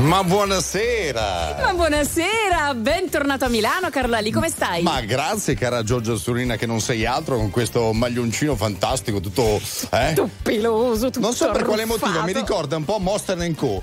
Ma buonasera! Ma buonasera, bentornato a Milano, Carlo Ali, come stai? Ma grazie, cara Giorgia Surina, che non sei altro con questo maglioncino fantastico, tutto peloso, tutto non so per quale arruffato. motivo, mi ricorda un po' Monster & Co.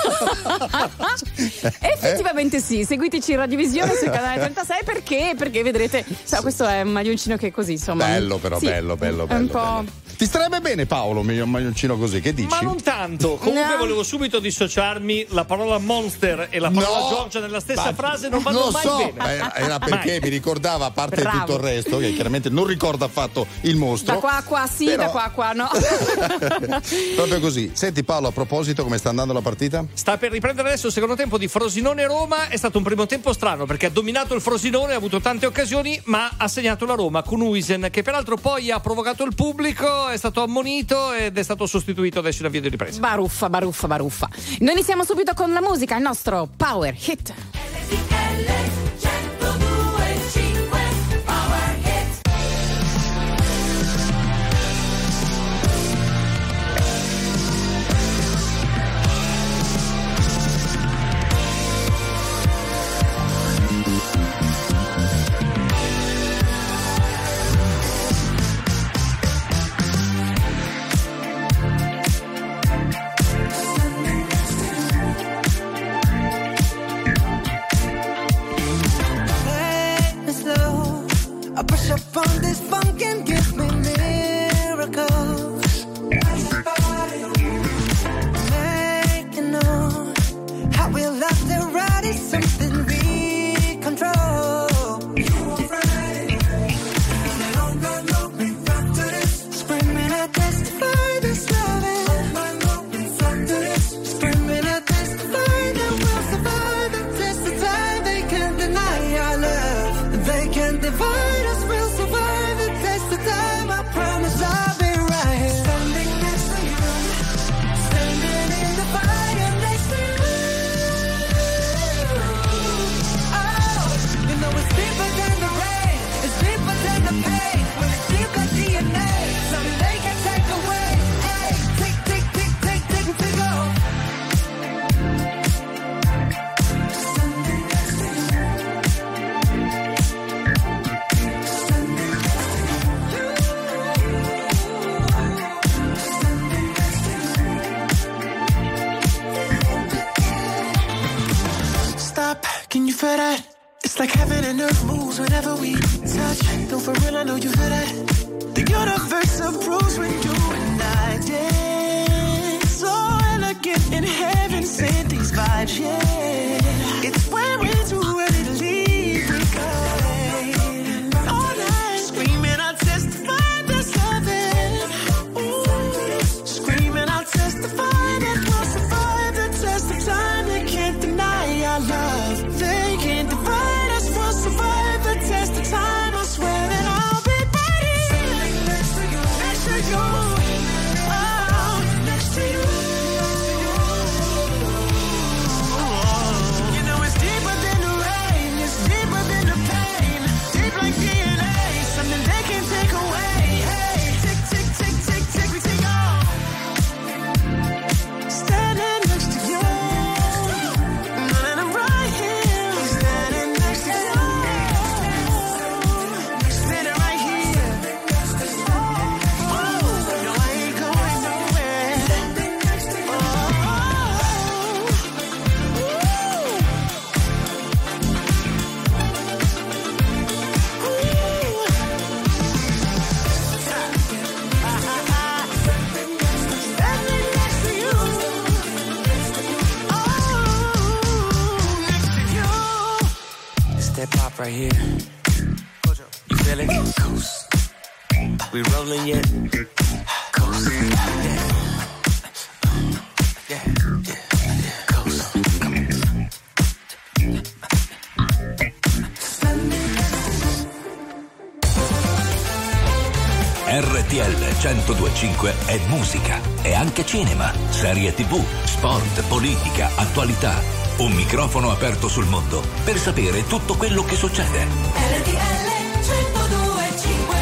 Effettivamente sì, seguiteci in radiovisione sul canale 36 perché vedrete, questo è un maglioncino che è così, insomma. Bello però, sì, bello. È un po'... bello. Ti starebbe bene, Paolo, un maglioncino così, che dici? Ma non tanto. Comunque volevo subito dissociarmi. La parola monster e la parola Giorgia nella stessa frase non vanno mai bene. Era perché mi ricordava, a parte tutto il resto, che chiaramente non ricorda affatto il mostro. Da qua a qua sì, però... da qua a qua no. Proprio così. Senti Paolo, a proposito, come sta andando la partita? Sta per riprendere adesso il secondo tempo di Frosinone-Roma. È stato un primo tempo strano perché ha dominato il Frosinone, ha avuto tante occasioni, ma ha segnato la Roma con Huijsen, che peraltro poi ha provocato il pubblico, è stato ammonito ed è stato sostituito adesso in avvio di ripresa. Baruffa. Noi iniziamo subito con la musica, il nostro Power Hit. On this funk and give me miracles. Making know how we love the ride is something we control. Screaming, I testify this loving. Screaming, I testify that we'll survive the test of time. They can't deny our love. They can't divide us. We'll survive the test of time. I promise I'll be right here. Standing next to you. Standing in the fire next to you. Oh, you know it's deeper than the rain. It's deeper than the pain. When it's deep like DNA, something they can take away. Hey, take off. Standing next to you. Stop, can you feel that? It's like heaven and earth moves whenever we touch. No, for real, I know you feel that. The universe approves when you and I dance. So elegant in heaven, sent these vibes, yeah. It's when we're too ready to leave, we go. All night, screaming, I'll testify there's loving. Ooh, screaming, I'll testify that we'll survive the test of time. They can't deny our love. They can't divide us. We'll survive the test of time. I swear that I'll be right here. Next to you. Oh, next to you. You know it's deeper than the rain. It's deeper than the pain. Deep like DNA. Something they can't take away. Hey, tick, we take off. Standing next to you. And I'm right here. Standing next to you. Standing right here. Oh, no, I ain't going nowhere. Standing next to you. It's that pop right here. You feel it? Coast. We rolling yet? Coast. Yeah. Coast. RTL 102.5 è musica, è anche cinema, serie TV, sport, politica, attualità. Un microfono aperto sul mondo per sapere tutto quello che succede. RTL 102.5.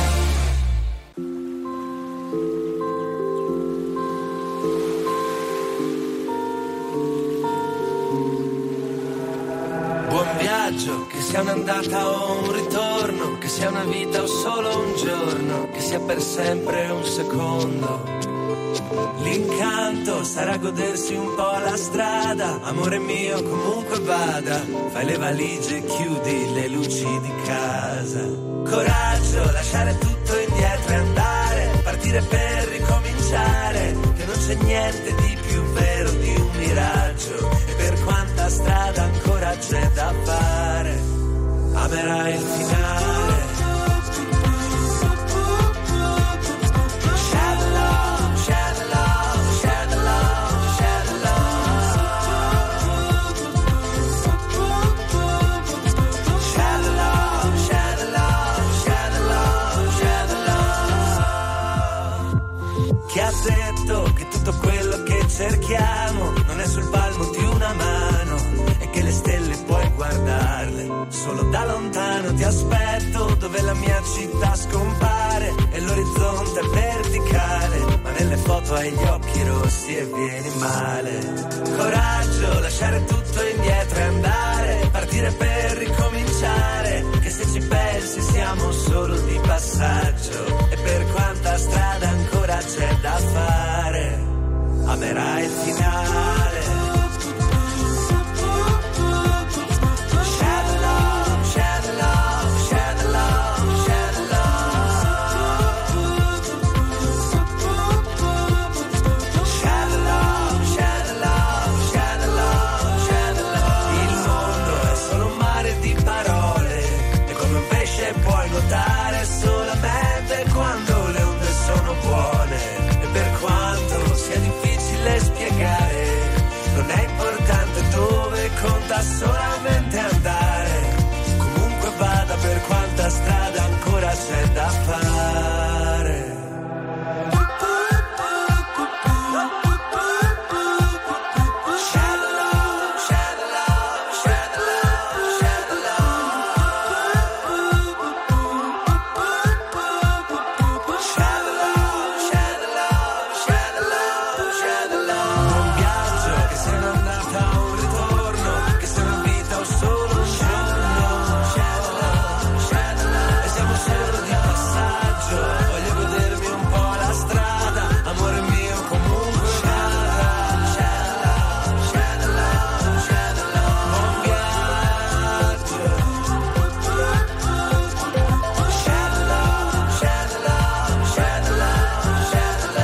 sia un'andata o un ritorno, che sia una vita o solo un giorno, che sia per sempre un secondo. L'incanto sarà godersi un po' la strada, amore mio comunque vada, fai le valigie e chiudi le luci di casa. Coraggio, lasciare tutto indietro e andare, partire per ricominciare, che non c'è niente di più vero di un miraggio, e per quanta strada ancora c'è da fare, amerai il finale. Chi ha detto che tutto quello che cerchiamo non è sul palmo di una mano e che le stelle puoi guardarle solo da lontano? Ti aspetto dove la mia città scompare e l'orizzonte è verticale, ma nelle foto hai gli occhi rossi e vieni male. Coraggio, lasciare tutto indietro e andare, partire per ricominciare, che se ci pensi siamo solo di passaggio, e per quanta strada ancora c'è da fare, amerai il finale. Share the love, share the love, share the love, share the love. Share the love, share the love, share the love, share the love. Il mondo è solo un mare di parole e come un pesce puoi nuotare solamente quando le onde sono buone, e per quanto sia difficile spiegare, non è importante dove, conta solamente andare, comunque vada, per quanta strada ancora c'è da fare. Share the love, share the love, share the love, share the love. Share the love, share the love, share the love, share the love. Un viaggio che sia un'andata o un ritorno, che sia una vita o solo un giorno. Share the love, share the love. E siamo solo di passaggio, voglio godermi un po' la strada, amore mio comunque vada. Share the love, share the love, share the love. Un viaggio. Share the love, share the love, share the love, share the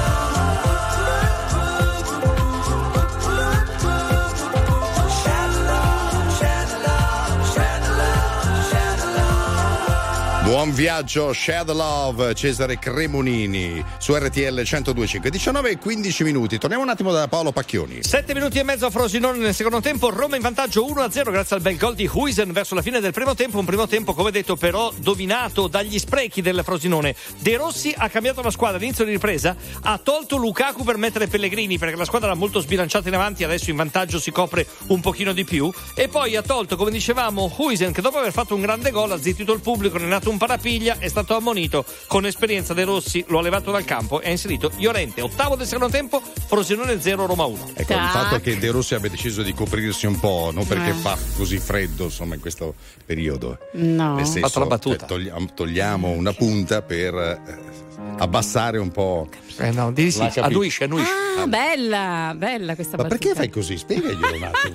love. Buon viaggio, share the love, Cesare Cremonini su RTL 102.5. 19 e 15 minuti. Torniamo un attimo da Paolo Pacchioni. 7 minuti e mezzo a Frosinone nel secondo tempo, Roma in vantaggio 1-0 grazie al bel gol di Huijsen verso la fine del primo tempo, un primo tempo come detto però dominato dagli sprechi del Frosinone. De Rossi ha cambiato la squadra all'inizio di ripresa, ha tolto Lukaku per mettere Pellegrini perché la squadra era molto sbilanciata in avanti, adesso in vantaggio si copre un pochino di più, e poi ha tolto, come dicevamo, Huijsen, che dopo aver fatto un grande gol ha zittito il pubblico, ne è nato un parapiglia, è stato ammonito. Con esperienza De Rossi lo ha levato dal campo e ha inserito Llorente. Ottavo del secondo tempo, Frosinone 0, Roma 1. Ecco, il fatto che De Rossi abbia deciso di coprirsi un po', non perché fa così freddo, insomma, in questo periodo. No. Nel senso, Fatto la battuta. togliamo una punta per abbassare un po'. No, di sì, annuisce. Ah, bella questa Ma battuta. perché fai così? Spiegaglielo un attimo.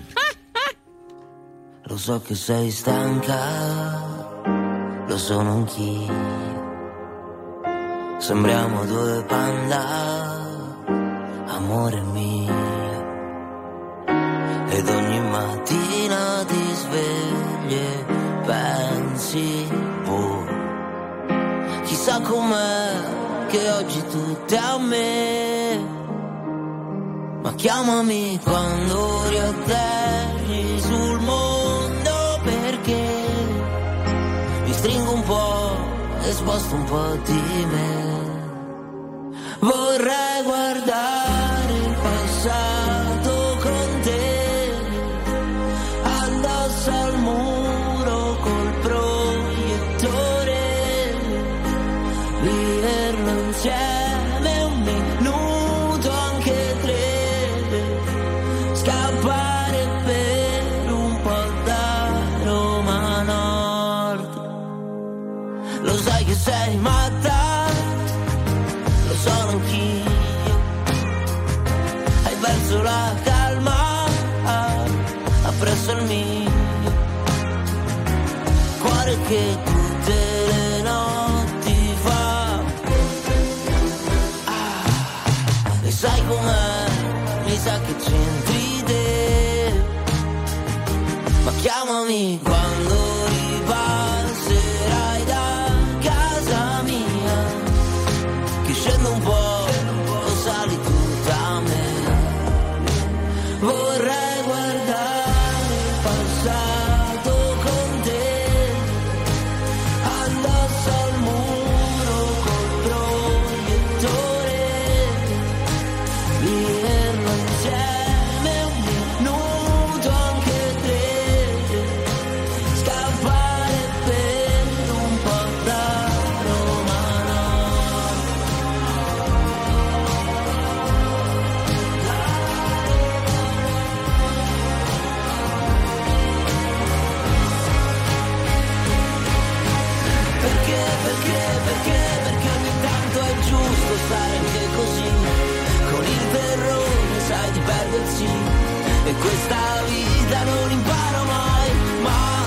Lo so che sei stanca, lo sono anch'io. Sembriamo due panda, amore mio. Ed ogni mattina ti svegli e pensi, boh, chissà com'è che oggi tutto è a me. Ma chiamami quando riatterri sul mondo, perché mi stringo un po' e sposto un po' di me. Vorrei guardare il passato con te, addosso al muro col proiettore, viverlo insieme un minuto, anche tre, scappare per un po' da Roma, no. lo sai che sei matta, lo sono anch'io. Hai perso la calma, appresso il mio cuore che tutte le notti fa. E sai com'è, mi sa che c'entri te, ma chiamami quando ripasserai da casa mia, che scendo un po', o sali tu da me. Vorrei guardare il passato con te, addosso al muro col proiettore, viverlo insieme un minuto, anche tre, scappare per un po' da Roma. Perché ogni tanto è giusto stare anche così, con il terrore sai di perdersi, e questa vita non imparo mai, ma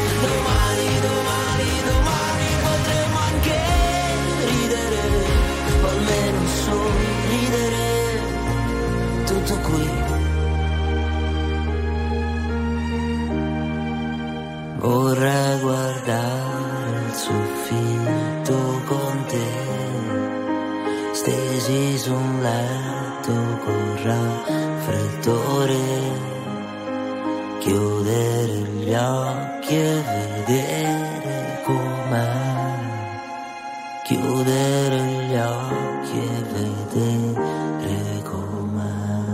domani potremo anche ridere, o almeno sorridere, tutto qui. Vorrei guardare il soffitto con te, stesi su un letto col raffreddore, chiudere gli occhi e vedere com'è, chiudere gli occhi e vedere com'è.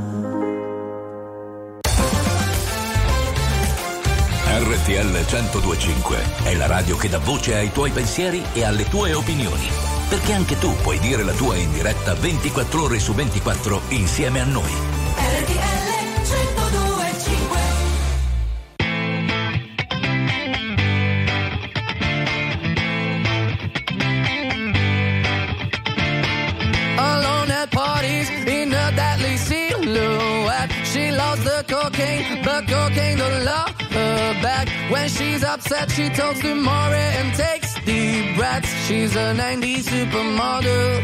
RTL 102.5 è la radio che dà voce ai tuoi pensieri e alle tue opinioni. Perché anche tu puoi dire la tua in diretta 24 ore su 24 insieme a noi. RTL 102.5. Alone at parties in a deadly silhouette. She loves the cocaine, but cocaine don't love her back. When she's upset, she talks to Maury and takes deep breaths. She's a 90s supermodel.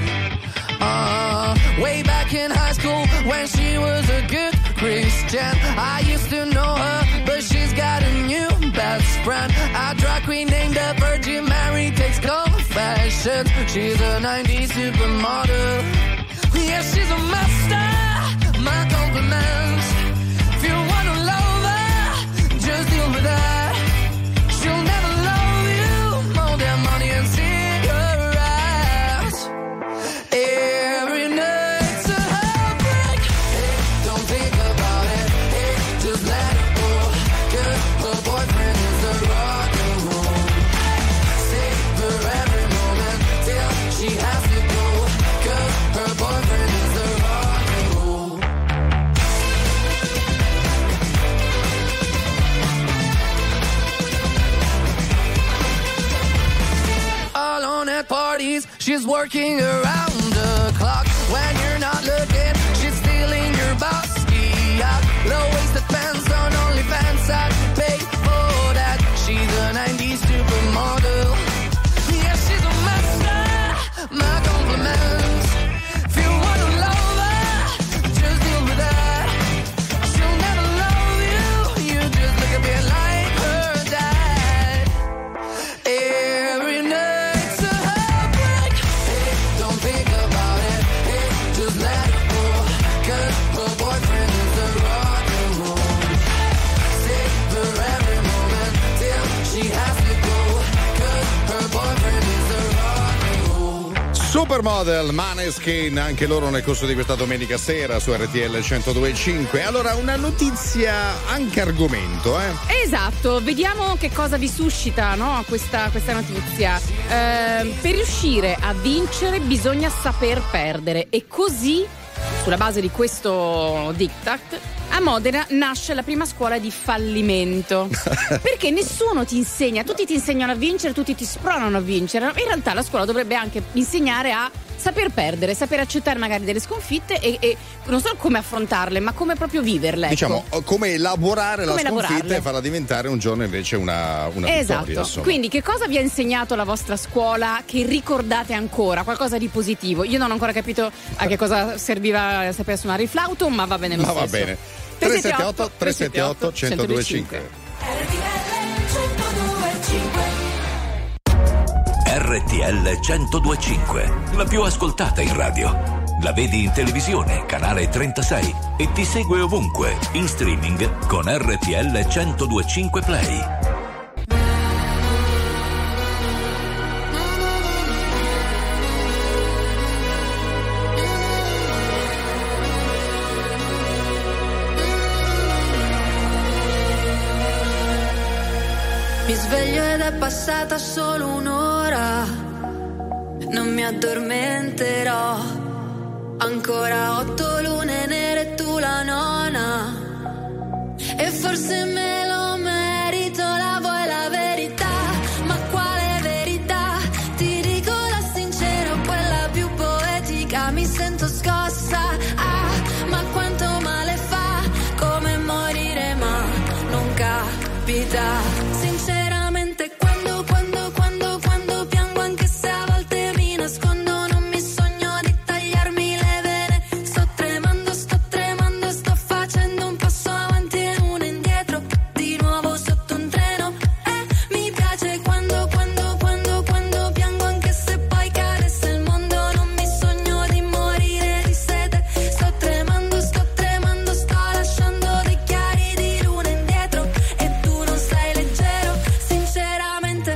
Way back in high school when she was a good Christian, I used to know her, but she's got a new best friend. A drag queen named the Virgin Mary takes confessions. She's a 90s supermodel. Yeah, she's a master, my compliments. If you wanna love her, just deal with that. She'll never love you more than money and cigarettes. Every night's a heartbreak. Hey, don't think about it. Hey, just let it go. 'Cause her boyfriend is the rock and roll. Save her every moment till she has to go. 'Cause her boyfriend is the rock and roll. Alone at parties, she's working around the clock. When you're not looking, she's stealing your bossy out. Low-waisted pants on OnlyFans, I'd pay for that. She's a 90s supermodel. Yeah, she's a master, my compliments. If you wanna love her, just deal with that. She'll never love you, you just look a bit like her dad. Every night's a heartbreak. Hey, don't think about it. Hey, just let it go. 'Cause her boyfriend is the rock and roll. Save her every moment till she has to go. 'Cause her boyfriend is the rock and roll. Supermodel, Maneskin, anche loro nel corso di questa domenica sera su RTL 102.5. Allora, una notizia anche argomento, Esatto, vediamo che cosa vi suscita, no, questa notizia. Per riuscire a vincere bisogna saper perdere, e così, sulla base di questo diktat, A Modena nasce la prima scuola di fallimento perché nessuno ti insegna, tutti ti insegnano a vincere, tutti ti spronano a vincere. In realtà la scuola dovrebbe anche insegnare a saper perdere, saper accettare magari delle sconfitte e non solo come affrontarle, ma come proprio viverle. Ecco. Diciamo, come elaborare Come la sconfitta elaborarle. e farla diventare un giorno invece una Esatto. vittoria. Insomma. Quindi che cosa vi ha insegnato la vostra scuola che ricordate ancora? Qualcosa di positivo? Io non ho ancora capito a che cosa serviva saper suonare il flauto, ma va bene lo Ma stesso. va bene. 378 378 1025. RTL 1025, la più ascoltata in radio. La vedi in televisione, canale 36 e ti segue ovunque, in streaming con RTL 1025 Play. Mi sveglio ed è passata solo un'ora, non mi addormenterò. Ancora 8 lune nere e tu la nona, e forse me lo merito, la vuoi la verità? Ma quale verità? Ti dico la sincera, quella più poetica, mi sento scossa, ma quanto male fa, come morire ma non capita. Sinceramente quando piango, anche se a volte mi nascondo, non mi sogno di tagliarmi le vene. Sto tremando, sto facendo un passo avanti e uno indietro, di nuovo sotto un treno. Mi piace quando piango, anche se poi cadesse il mondo, non mi sogno di morire di sete. Sto tremando, sto lasciando dei chiari di luna indietro, e tu non sei leggero. Sinceramente,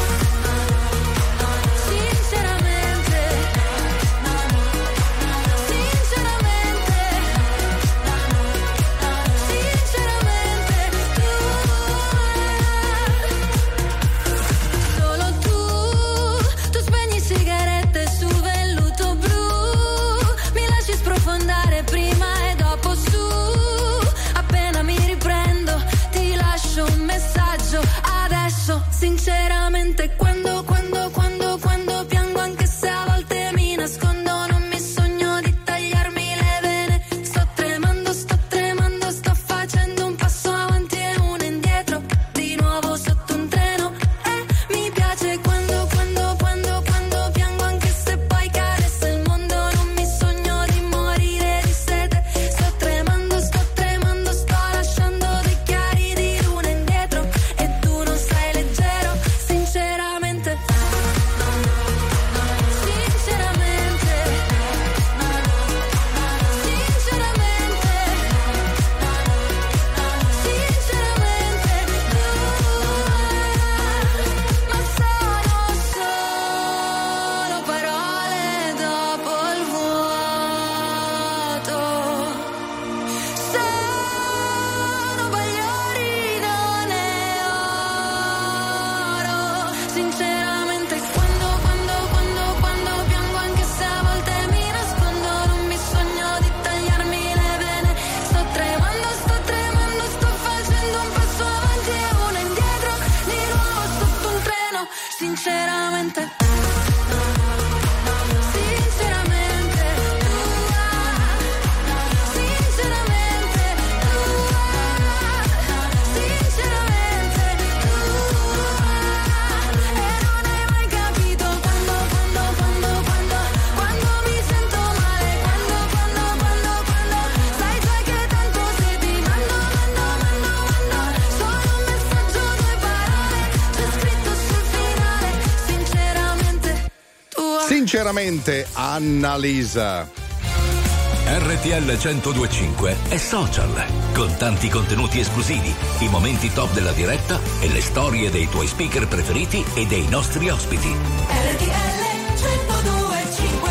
solo tu spegni sigarette su velluto blu, mi lasci sprofondare prima e dopo su. Appena mi riprendo ti lascio un messaggio adesso. Sinceramente quando piango, anche se a volte mi nascondo, non mi sogno di tagliarmi le vene. Sto tremando, sto facendo un passo avanti e uno indietro, di nuovo sotto un treno. Mi piace quando piango, anche se poi cadesse il mondo, non mi sogno di morire di sete. Sto tremando, sto lasciando dei chiari di luna indietro, e tu non sei leggero. Sinceramente, ma sono solo parole dopo il vuoto. Sono bagliori non è oro. Sinceramente quando piango, anche se a volte mi nascondo, non mi sogno di tagliarmi le vene. Sto tremando, sto facendo un passo avanti e uno indietro, di nuovo sotto un treno. Sinceramente, e non hai mai capito quando mi sento male, quando sai già che tanto se ti mando solo un messaggio, 2 parole, c'è scritto sul finale. Sinceramente tua. Sinceramente, Annalisa. RTL 1025 è social, con tanti contenuti esclusivi, i momenti top della diretta e le storie dei tuoi speaker preferiti e dei nostri ospiti. RTL 1025.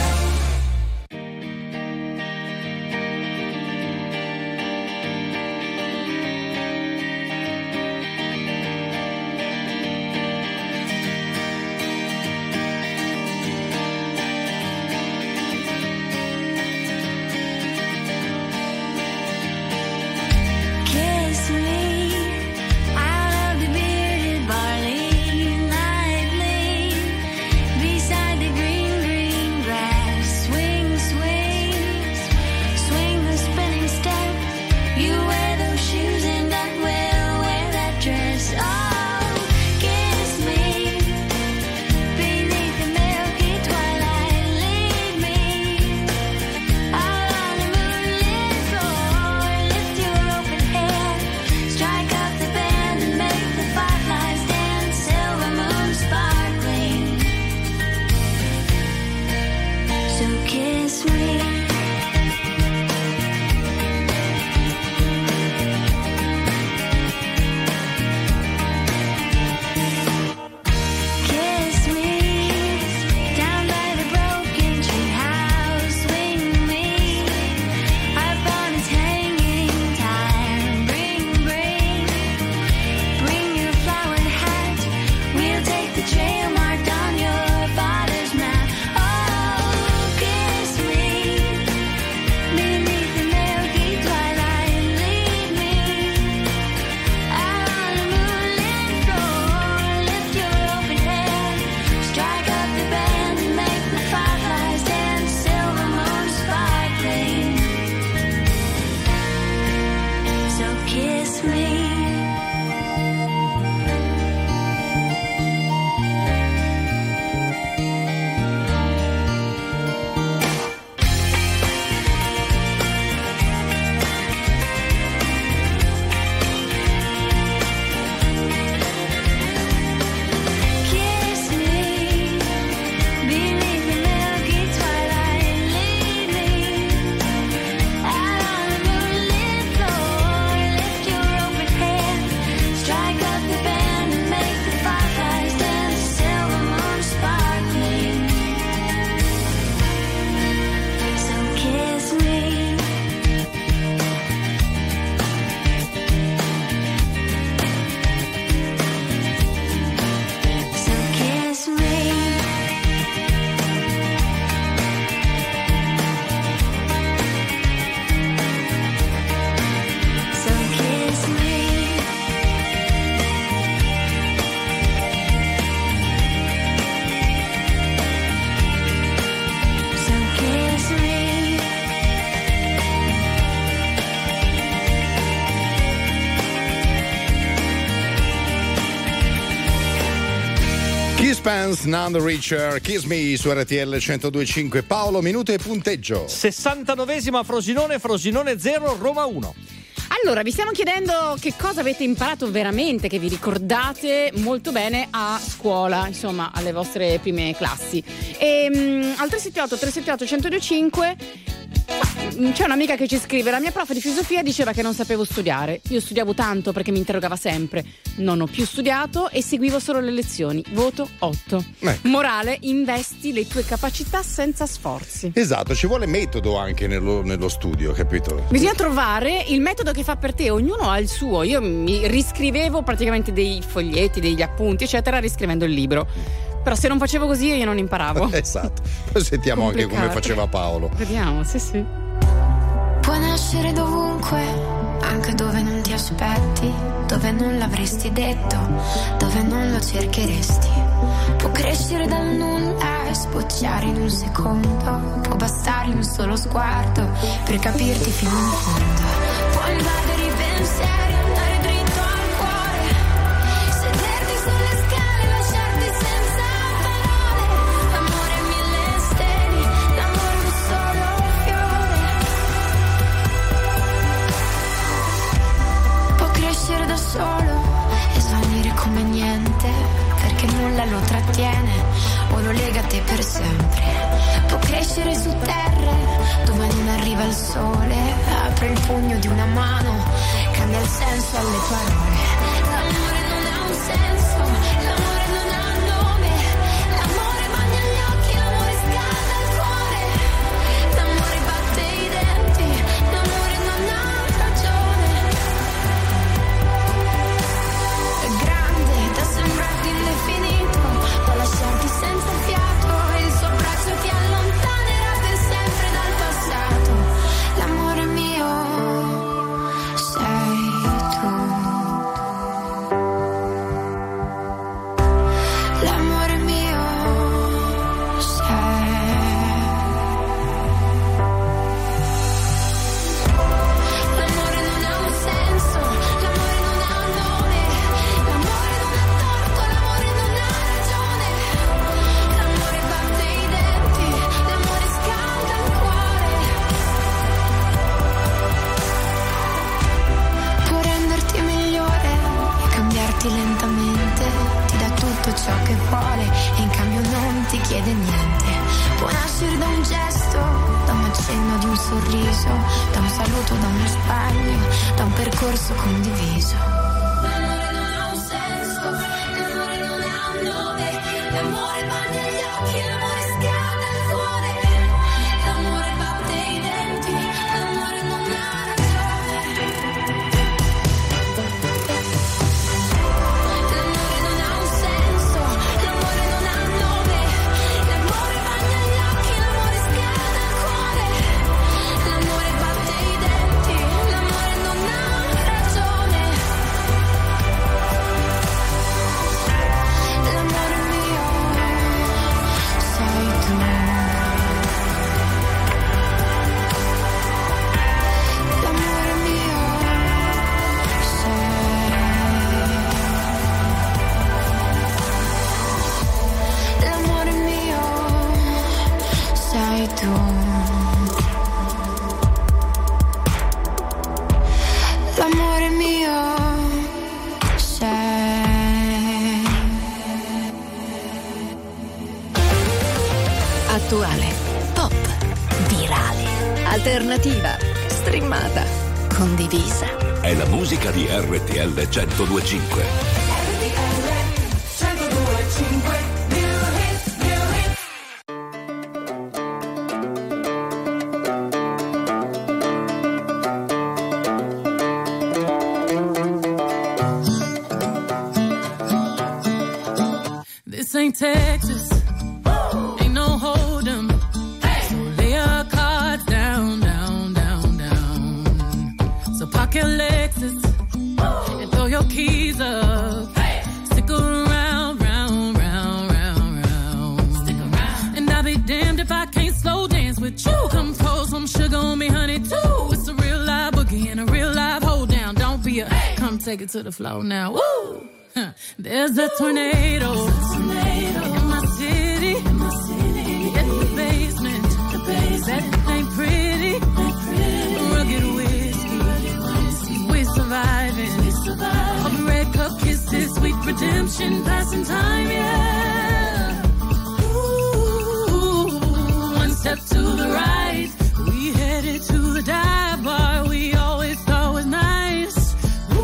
kiss me. Kiss me down by the broken tree house. Swing me up on its hanging time. Bring your flowered hat. We'll take the trail marked on your father's map. Oh, kiss me beneath the milky twilight. Lead me out on a moonlit floor. Lift your open hand, strike up the band, and make the fireflies dance. Silver moon sparkling. So kiss me. Kiss me beneath the milky twilight. Lead me out on a moonlit floor. Lift your open hand, strike up the band, and make the fireflies dance. Silver moon sparkling. So kiss me. So kiss me. So kiss me. So kiss me. Kiss Pants, None the Richer, Kiss Me su RTL 102.5. Paolo, minuto e punteggio. 69esima Frosinone, Frosinone 0, Roma 1. Allora, vi stiamo chiedendo che cosa avete imparato veramente, che vi ricordate molto bene a scuola, insomma, alle vostre prime classi. E al 378-378-1025 c'è un'amica che ci scrive: la mia prof di filosofia diceva che non sapevo studiare. Io studiavo tanto perché mi interrogava sempre. Non ho più studiato e seguivo solo le lezioni. Voto 8. Morale: investi le tue capacità senza sforzi. Esatto, ci vuole metodo anche nello studio, capito? Bisogna trovare il metodo che fa per te, ognuno ha il suo. Io mi riscrivevo praticamente dei foglietti, degli appunti, eccetera, riscrivendo il libro. Però se non facevo così io non imparavo. Esatto. Poi sentiamo anche come faceva Paolo. Vediamo, sì. Puoi nascere dovunque, anche dove non ti aspetti, dove non l'avresti detto, dove non lo cercheresti. Può crescere dal nulla e sbocciare in un secondo. Può bastare un solo sguardo per capirti fino in fondo. Può invadere i pensieri, andare dritto al cuore, sederti sulle scale, lasciarti senza parole. L'amore è mille steli, l'amore è un solo fiore. Può crescere da solo e svanire come niente, perché nulla lo trattiene o lo lega a te per sempre. Può crescere su terre dove non arriva il sole, apre il pugno di una mano, cambia il senso alle parole. L'amore non ha un senso, l'amore non ha nome, l'amore bagna gli occhi, l'amore scalda il cuore, l'amore batte i denti, l'amore non ha ragione. È grande da sembrarti indefinito, può lasciarti senza fiato e il suo braccio ti allontanerà per sempre dal passato. L'amore mio sei tu. L'amore mio sei. L'amore non ha un senso, l'amore non ha un nome, l'amore non ha torto, l'amore non ha ragione. L'amore batte i denti, l'amore scalda il cuore. Può renderti migliore e cambiarti lentamente, ti dà tutto ciò che vuole e in cambio non ti chiede niente. Può nascere da un gesto, da un cenno, di un sorriso, da un saluto, da uno sbaglio, da un percorso condiviso. L'amore non ha un senso, l'amore non ha un nome, l'amore bagna gli occhi, l'amore scalda il cuore, l'amore batte i denti, l'amore non ha ragione. L'amore non ha un senso, l'amore non ha un nome, l'amore bagna gli occhi, l'amore scalda il cuore, l'amore batte i denti, l'amore non ha ragione. L'amore mio sei tu. L'amore mio sei. L'amore mio sei tu. L'amore mio sei. Attuale, pop, virale, alternativa, streamata, condivisa. È la musica di RTL 102.5. This ain't Texas. Ain't no hold'em. So lay your cards down, down, down, down. So park your Lexus and throw your keys up. Stick around, round, round, round, round. Stick around. And I'll be damned if I can't slow dance with you. Come pour some sugar on me, honey, too. It's a real live boogie and a real live hold down. Don't be a come take it to the floor now. Woo! Huh. There's a tornado in my city. Get the basement. That ain't pretty. Rugged whiskey. We're surviving. All the red cup kisses, sweet redemption, passing time, yeah. Ooh, one step to the right. We headed to the dive bar we always thought was nice.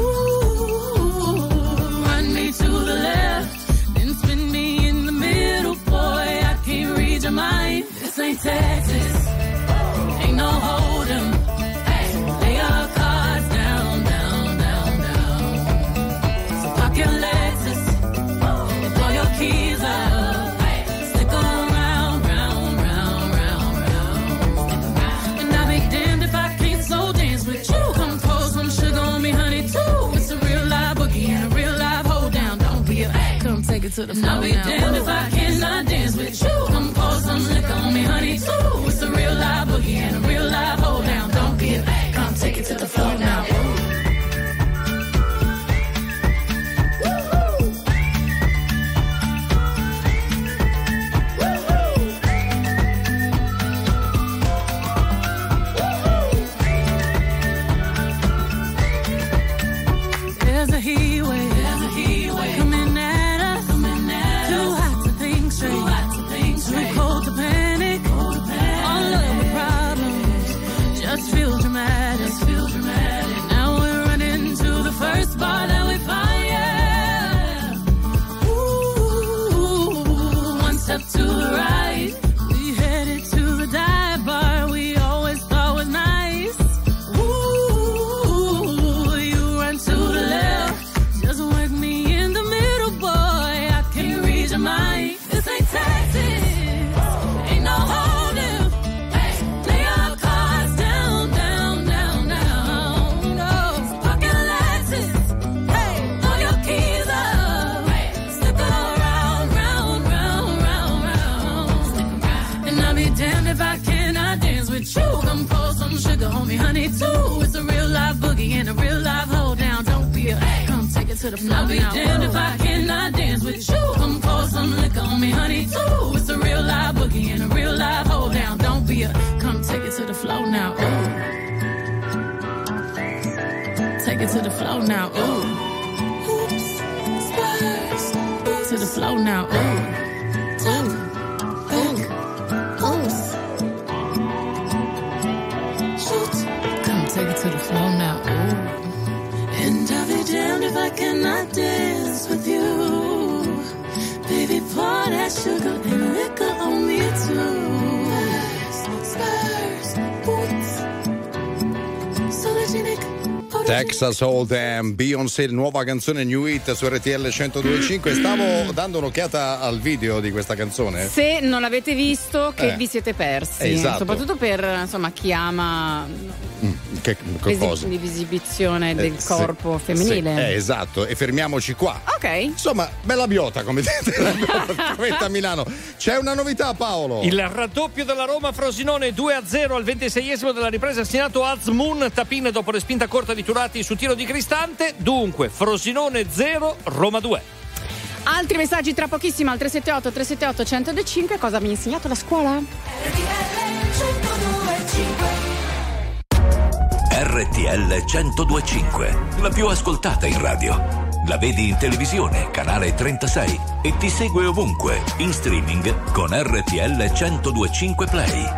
Run me to the left, then spin me in the middle, boy, I can't read your mind. This ain't Texas, ain't no hold'em. Lay your cards down, down, down, down. So park your Lexus and throw your keys up. Stick around, round, round, round, round. And I'll be damned if I can't slow dance with you. Come pour some sugar on me, honey, too. It's a real live boogie and a real live hold down. Don't be a come take it to the floor. I'll be damned if I cannot dance with you. Come pour some liquor on me, honey, too. It's a real live boogie and a real live hold down. Don't be a come take it to the floor now. There's a heat wave coming at us. Too hot to think straight, too cold to panic. All of the problems just feel dramatic. Now we're running to the first bar that we find, yeah. Ooh, one step to the right. We headed to the dive bar we always thought was nice. Ooh, you run to the left, just work me in the middle, boy, I can't read your mind. This ain't Texas, ain't no hold'em. Lay your cards down, down, down, down. No, park your Lexus, throw your keys up. Stick around, round, round, round, round. And I'll be damned if I cannot dance with you. Come pour some sugar on me, honey, too. It's a real live boogie and a real live hold down. Don't be a come take it to the floor. I'll be damned if I cannot dance with you. Come pour some liquor on me, honey, too. It's a real live boogie and a real live hold down. Don't be a come take it to the floor now. Ooh. Take it to the floor now. Ooh. Oops, spurs. To the floor now. Ooh. Ooh. Ooh. Oops. Texas Hold'em, Beyoncé, nuova canzone New Hit su RTL 102.5. Stavo dando un'occhiata al video di questa canzone. Se non l'avete visto, che vi siete persi. Esatto. Soprattutto per insomma chi ama che cosa? l'esibizione del corpo femminile. Sì, esatto, e fermiamoci qua. Ok. Insomma, bella biota, come dite a Milano. C'è una novità, Paolo. Il raddoppio della Roma Frosinone 2-0 al 26esimo della ripresa, segnato Azmoun Tapin dopo respinta corta di Turati su tiro di Cristante. Dunque Frosinone 0, Roma 2. Altri messaggi tra pochissimo al 378 378 105. Cosa mi ha insegnato la scuola? RTL 102.5, la più ascoltata in radio. La vedi in televisione, canale 36, e ti segue ovunque, in streaming con RTL 102.5 Play.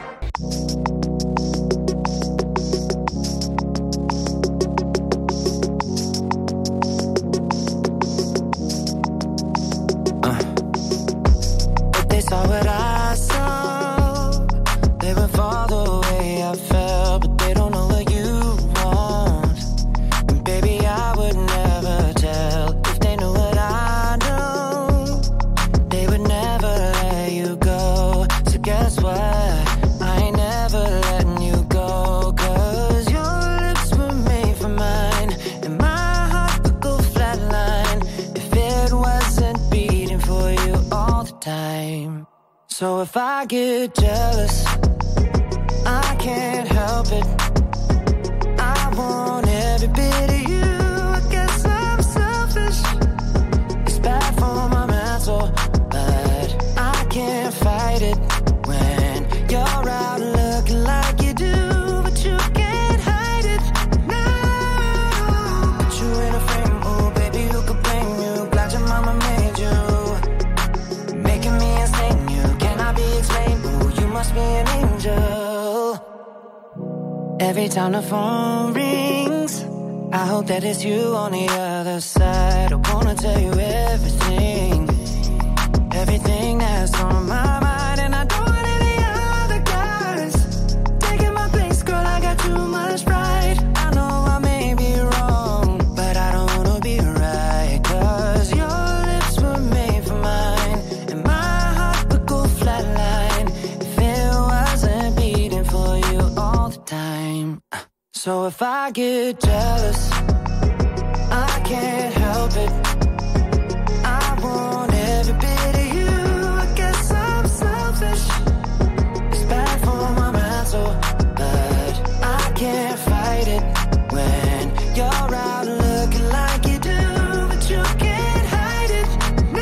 They saw what I saw. They would fall the way I felt, but they don't know what you want. And baby, I would never tell. If they knew what I know, they would never let you go. So guess what? I ain't never letting you go. 'Cause your lips were made for mine, and my heart would go flatline if it wasn't beating for you all the time. So if I get jealous, I can't help it. I want every bit of you. I guess I'm selfish. It's bad for my mental, but I can't fight it when you're out looking like you do, but you can't hide it. No, put you in a frame, oh baby, who could blame you? Glad your mama made you, making me insane. You cannot be explained. Oh, you must be an angel. Every time the phone rings, I hope that it's you on the other side. I wanna tell you everything, everything that's on my mind. And I don't want any other guys taking my place, girl, I got too much pride. I know I may be wrong, but I don't wanna be right. 'Cause your lips were made for mine, and my heart would go flatline if it wasn't beating for you all the time. So if I get jealous, I can't help it. I want every bit of you. I guess I'm selfish. It's bad for my mental, but I can't fight it when you're out looking like you do, but you can't hide it.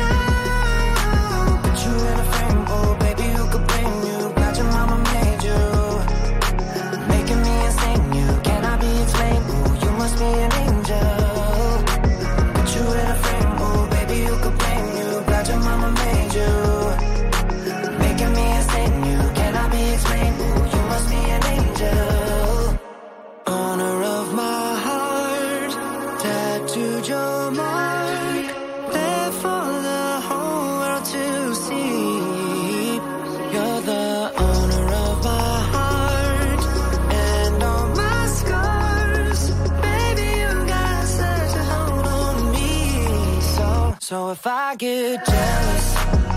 No, put you in a frame, oh baby, who could blame you? Glad your mama made you, making me insane. You cannot be explained. Oh, you must be an angel. Put you in a frame, oh baby, who could blame you? Glad your mama made you, making me insane. You cannot be explained. Oh, you must be an angel. Owner of my heart, tattooed your mark, there for the whole world to see. You're the owner of my heart and all my scars. Baby, you got such a hold on me. So if I get jealous,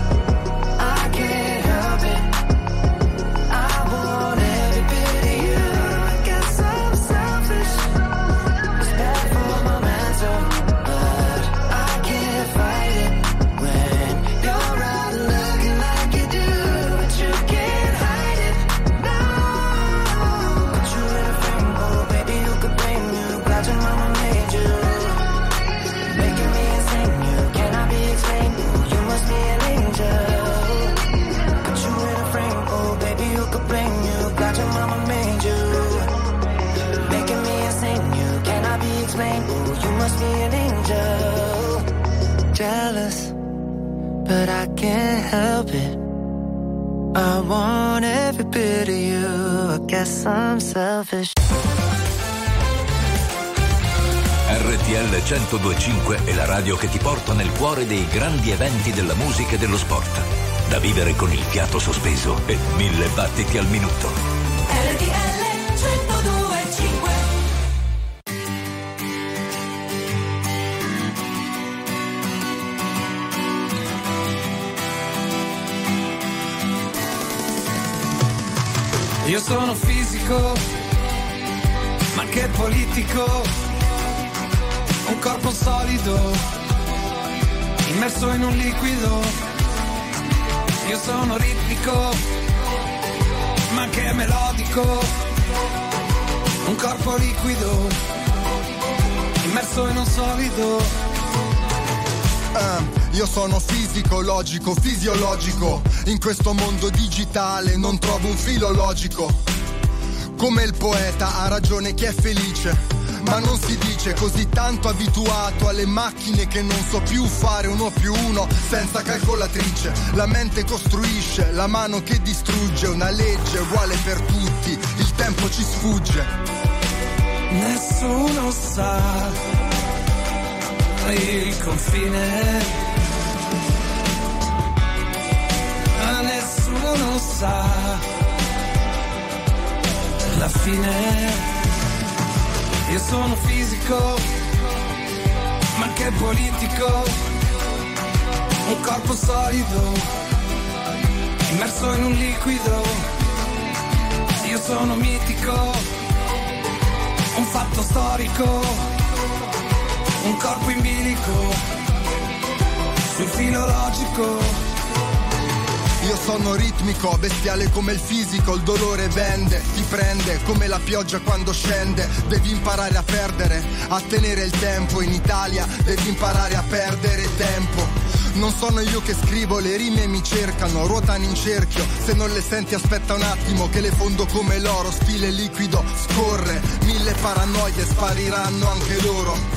I can't help it. I want every bit of you. I guess I'm selfish. It's bad for my mental, but I can't fight it when you're out looking like you do, but you can't hide it. No, put you in a frame, oh baby, who could blame you? Glad your mama made you, making me insane. You cannot be explained. Oh, you must be an angel. Put you in a frame, oh baby, who could blame you? Glad your mama made you, making me insane. You cannot be explained. Oh, you must be an angel. Jealous, but I can't help it. I want every bit of you. I guess I'm selfish. RTL 102.5 è la radio che ti porta nel cuore dei grandi eventi della musica e dello sport. Da vivere con il fiato sospeso e 1000 battiti al minuto. RTL 102.5. Io sono fisico, ma anche politico, un corpo solido, immerso in un liquido. Io sono ritmico, ma anche melodico, un corpo liquido, immerso in un solido. Io sono fisico, logico, fisiologico. In questo mondo digitale non trovo un filo logico. Come il poeta ha ragione chi è felice, ma non si dice, così tanto abituato alle macchine che non so più fare 1 più 1 senza calcolatrice. La mente costruisce, la mano che distrugge, una legge uguale per tutti, il tempo ci sfugge. Nessuno sa il confine, nessuno sa la fine. Io sono fisico, ma anche politico, un corpo solido, immerso in un liquido. Io sono mitico, un fatto storico, un corpo in bilico, sul filo logico. Io sono ritmico, bestiale come il fisico, il dolore vende, ti prende come la pioggia quando scende. Devi imparare a perdere, a tenere il tempo. In Italia devi imparare a perdere tempo. Non sono io che scrivo, le rime mi cercano, ruotano in cerchio. Se non le senti aspetta un attimo che le fondo come l'oro. Stile liquido scorre, 1000 paranoie spariranno anche loro.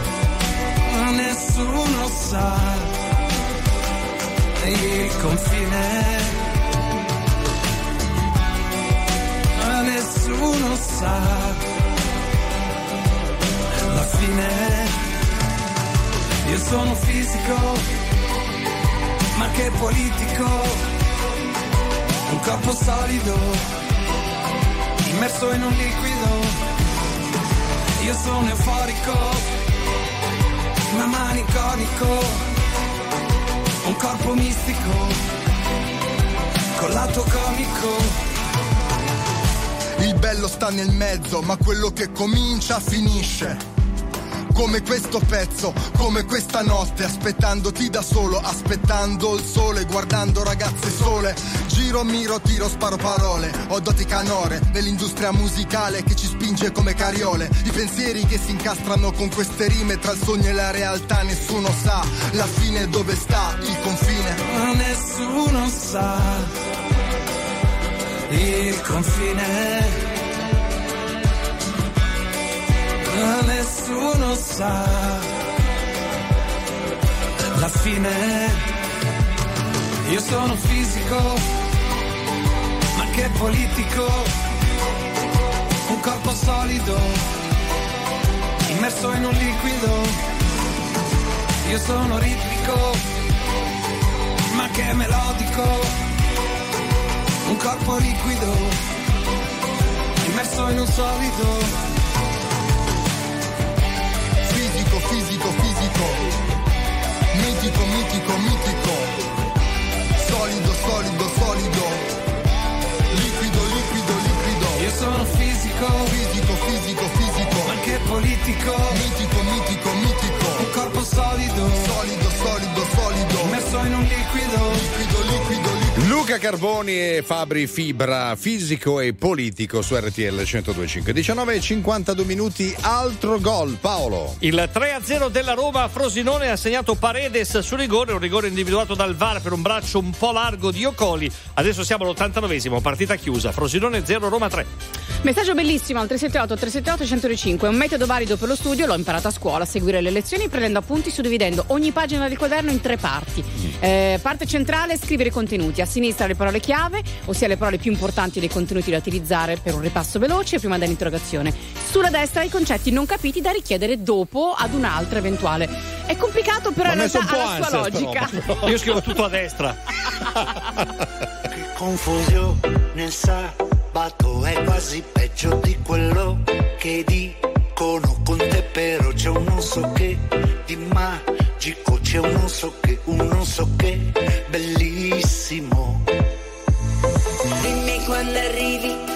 Nessuno sa il confine, nessuno sa la fine. Io sono fisico, ma che politico, un corpo solido, immerso in un liquido. Io sono euforico, ma maniconico, un corpo mistico, con lato comico. Il bello sta nel mezzo, ma quello che comincia finisce. Come questo pezzo, come questa notte, aspettandoti da solo, aspettando il sole, guardando ragazze sole. Giro, miro, tiro, sparo parole. Ho doti canore nell'industria musicale che ci spinge come cariole. I pensieri che si incastrano con queste rime, tra il sogno e la realtà nessuno sa la fine, dove sta il confine. Nessuno sa il confine. Nessuno sa la fine. Io sono fisico, ma che politico, un corpo solido, immerso in un liquido. Io sono ritmico, ma che melodico, un corpo liquido, immerso in un solido. Fisico, fisico, mitico, mitico, mitico, solido, solido, solido, liquido, liquido, liquido. Io sono fisico, fisico, fisico, fisico, ma anche politico, mitico, mitico, mitico, un corpo solido, solido, solido, solido, immerso in un liquido, liquido, liquido, liquido. Luca Carboni e Fabri Fibra, fisico e politico su RTL 102.5. 19:52 minuti, altro gol, Paolo. Il 3-0 della Roma a Frosinone ha segnato Paredes su rigore, un rigore individuato dal VAR per un braccio un po' largo di Ocoli. Adesso siamo all'89esimo, partita chiusa, Frosinone 0, Roma 3. Messaggio bellissimo al 378-378-105. È un metodo valido per lo studio, l'ho imparato a scuola, a seguire le lezioni prendendo appunti suddividendo ogni pagina del quaderno in 3 parti. Parte centrale, scrivere i contenuti, a sinistra le parole chiave, ossia le parole più importanti dei contenuti da utilizzare per un ripasso veloce prima dell'interrogazione. Sulla destra i concetti non capiti da richiedere dopo ad un'altra eventuale. È complicato, però in realtà ha la sua logica. Io scrivo tutto a destra. Che confusione nel sabato, è quasi peggio di quello che dicono con te, però c'è un non so che di magico, c'è un non so che bellissimo. Dimmi quando arrivi,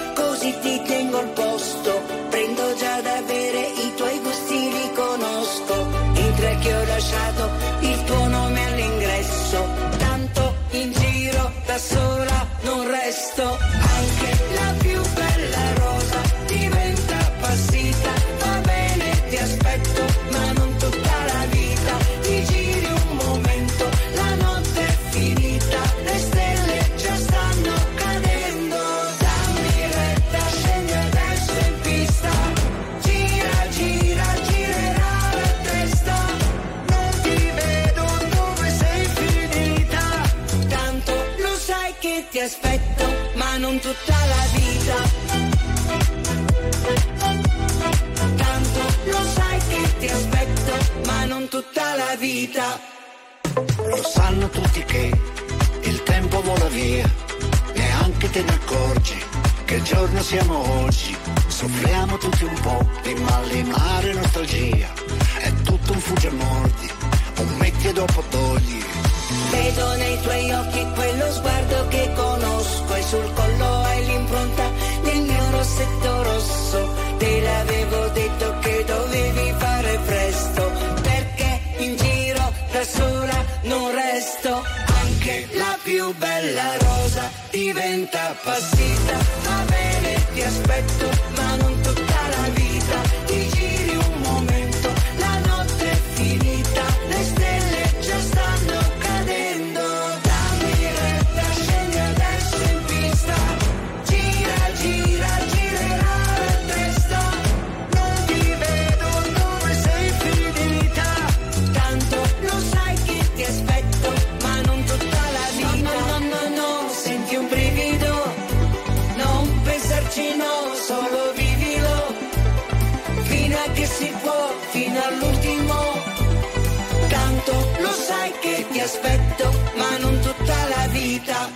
sì ti tengo al posto, prendo già da bere, i tuoi gusti li conosco. Entra che ho lasciato il tuo nome all'ingresso, tanto in giro da sola non resto. Anche la più bella rosa diventa appassita, va bene ti aspetto ma non tutta la vita. Ti giri un momento, la notte è finita, le stelle già stanno cadendo. Dammi retta, scendi adesso in pista, gira, gira, girerà la testa. Non ti vedo dove sei finita, tanto lo sai che ti aspetto ma non tutta la vita. Tanto lo sai che ti aspetto ma non tutta la vita. Lo sanno tutti che il tempo vola via, neanche te ne accorgi che giorno siamo oggi. Soffriamo tutti un po' di malinare nostalgia, è tutto un fuggi e mordi, un metti e dopo togli. Vedo nei tuoi occhi quello sguardo che conosco, e sul collo hai l'impronta del mio rossetto rosso. Te l'avevo detto che dovevi fare presto, perché in giro da sola non resto. Anche la più bella rosa diventa appassita, va bene ti aspetto ma non tutta la vita. Ti giri un momento, la notte è finita, le stelle già stanno cadendo. Dammi retta, scendi adesso in pista, gira, gira, girerà la testa. Non ti vedo dove sei finita, tanto lo sai che ti aspetto ma non tutta la vita. No, no, no, no, senti un brivido, non pensarci no, solo vivilo, fino a che si può, fino all'ultimo. Tanto lo sai che ti aspetto ma non tutta la vita.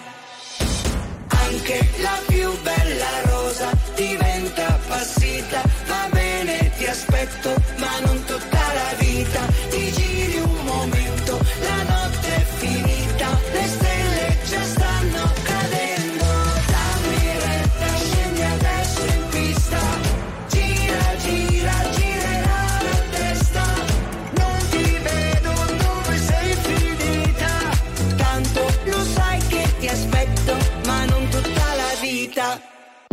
Anche la più bella rosa diventa appassita, va bene ti aspetto ma non tutta la vita. Ti giri un momento, la notte è finita, le stelle già stanno cadendo. Dammi retta, scendi adesso in pista, gira, gira, girerà la testa. Non ti vedo dove sei finita, tanto lo sai che ti aspetto ma non tutta la vita.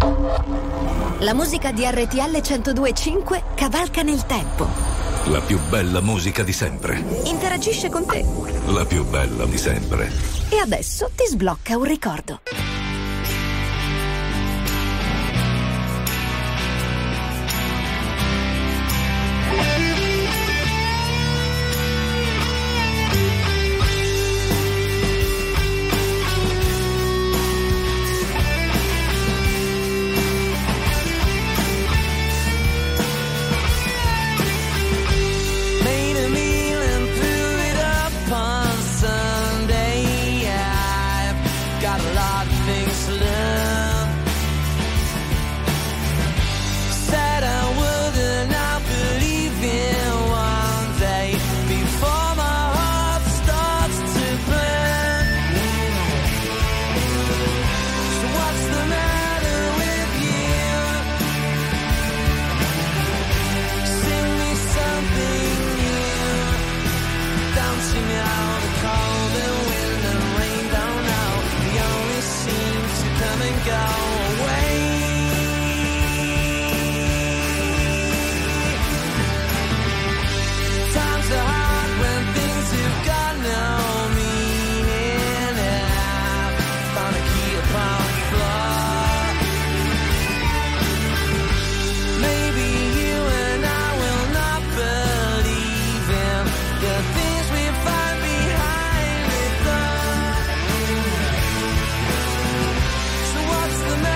La musica di RTL 102.5 cavalca nel tempo. La più bella musica di sempre. Interagisce con te. La più bella di sempre. E adesso ti sblocca un ricordo. Made a meal and threw it up on Sunday. I've got a lot of things to learn. Said I would and I believe in one day before my heart starts to burn. So what's the matter with you? Sing me something new. Don't you know the cold and wind and rain don't know, they only seem to come and go away. Times are hard when things have got no meaning, and I've found a key upon the floor. Maybe you and I will not believe in the things we find behind the door. So what's the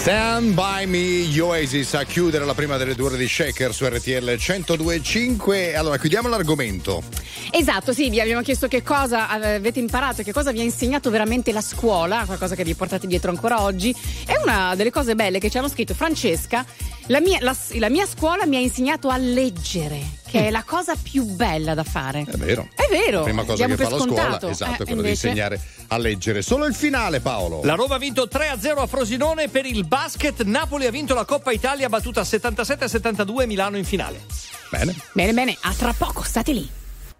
Stand By Me, gli Oasis a chiudere la prima delle 2 ore di Shaker su RTL 102.5. Allora, chiudiamo l'argomento. Esatto, sì, vi abbiamo chiesto che cosa avete imparato, che cosa vi ha insegnato veramente la scuola, qualcosa che vi portate dietro ancora oggi. E una delle cose belle che ci hanno scritto: Francesca, la mia scuola mi ha insegnato a leggere, che è la cosa più bella da fare. È vero. È vero. La prima cosa che fa la scuola, esatto, è quello di invece... insegnare a leggere. Solo il finale, Paolo. La Roma ha vinto 3-0 a Frosinone per il basket. Napoli ha vinto la Coppa Italia, battuta 77-72 Milano in finale. Bene. Bene, a tra poco, state lì.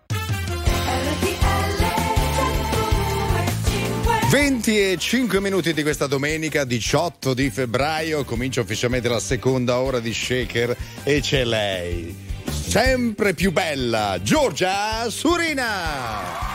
25 minuti di questa domenica 18 di febbraio, comincia ufficialmente la seconda ora di Shaker e c'è lei, sempre più bella, Giorgia Surina.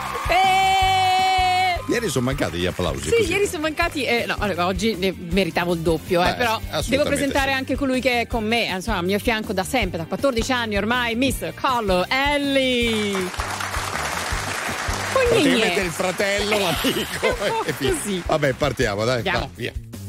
Ieri sono mancati gli applausi. Sì, così. Ieri sono mancati. No, oggi ne meritavo il doppio, però devo presentare anche colui che è con me, insomma, al mio fianco da sempre, da 14 anni ormai, Mr. Carlo Ellie. Praticamente il fratello, l'amico. Così. Vabbè, partiamo, dai. Va, via.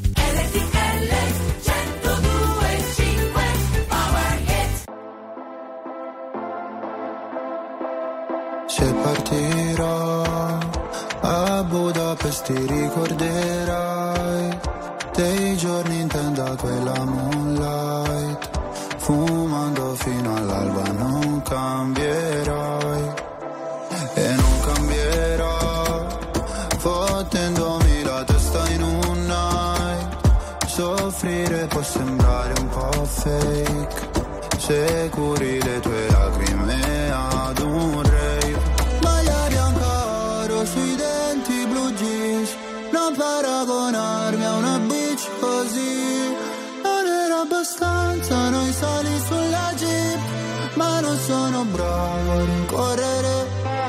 Se partirò a Budapest ti ricorderai dei giorni in tenda quella moonlight, fumando fino all'alba non cambierai e non cambierò, fottendomi la testa in un night. Soffrire può sembrare un po' fake se curi le tue lacrime ad un rave. Maglia bianca oro sui denti, blue jeans, non paragonarmi a una bitch così. Non era abbastanza noi sali sulla jeep, ma non sono bravo a rincorrere.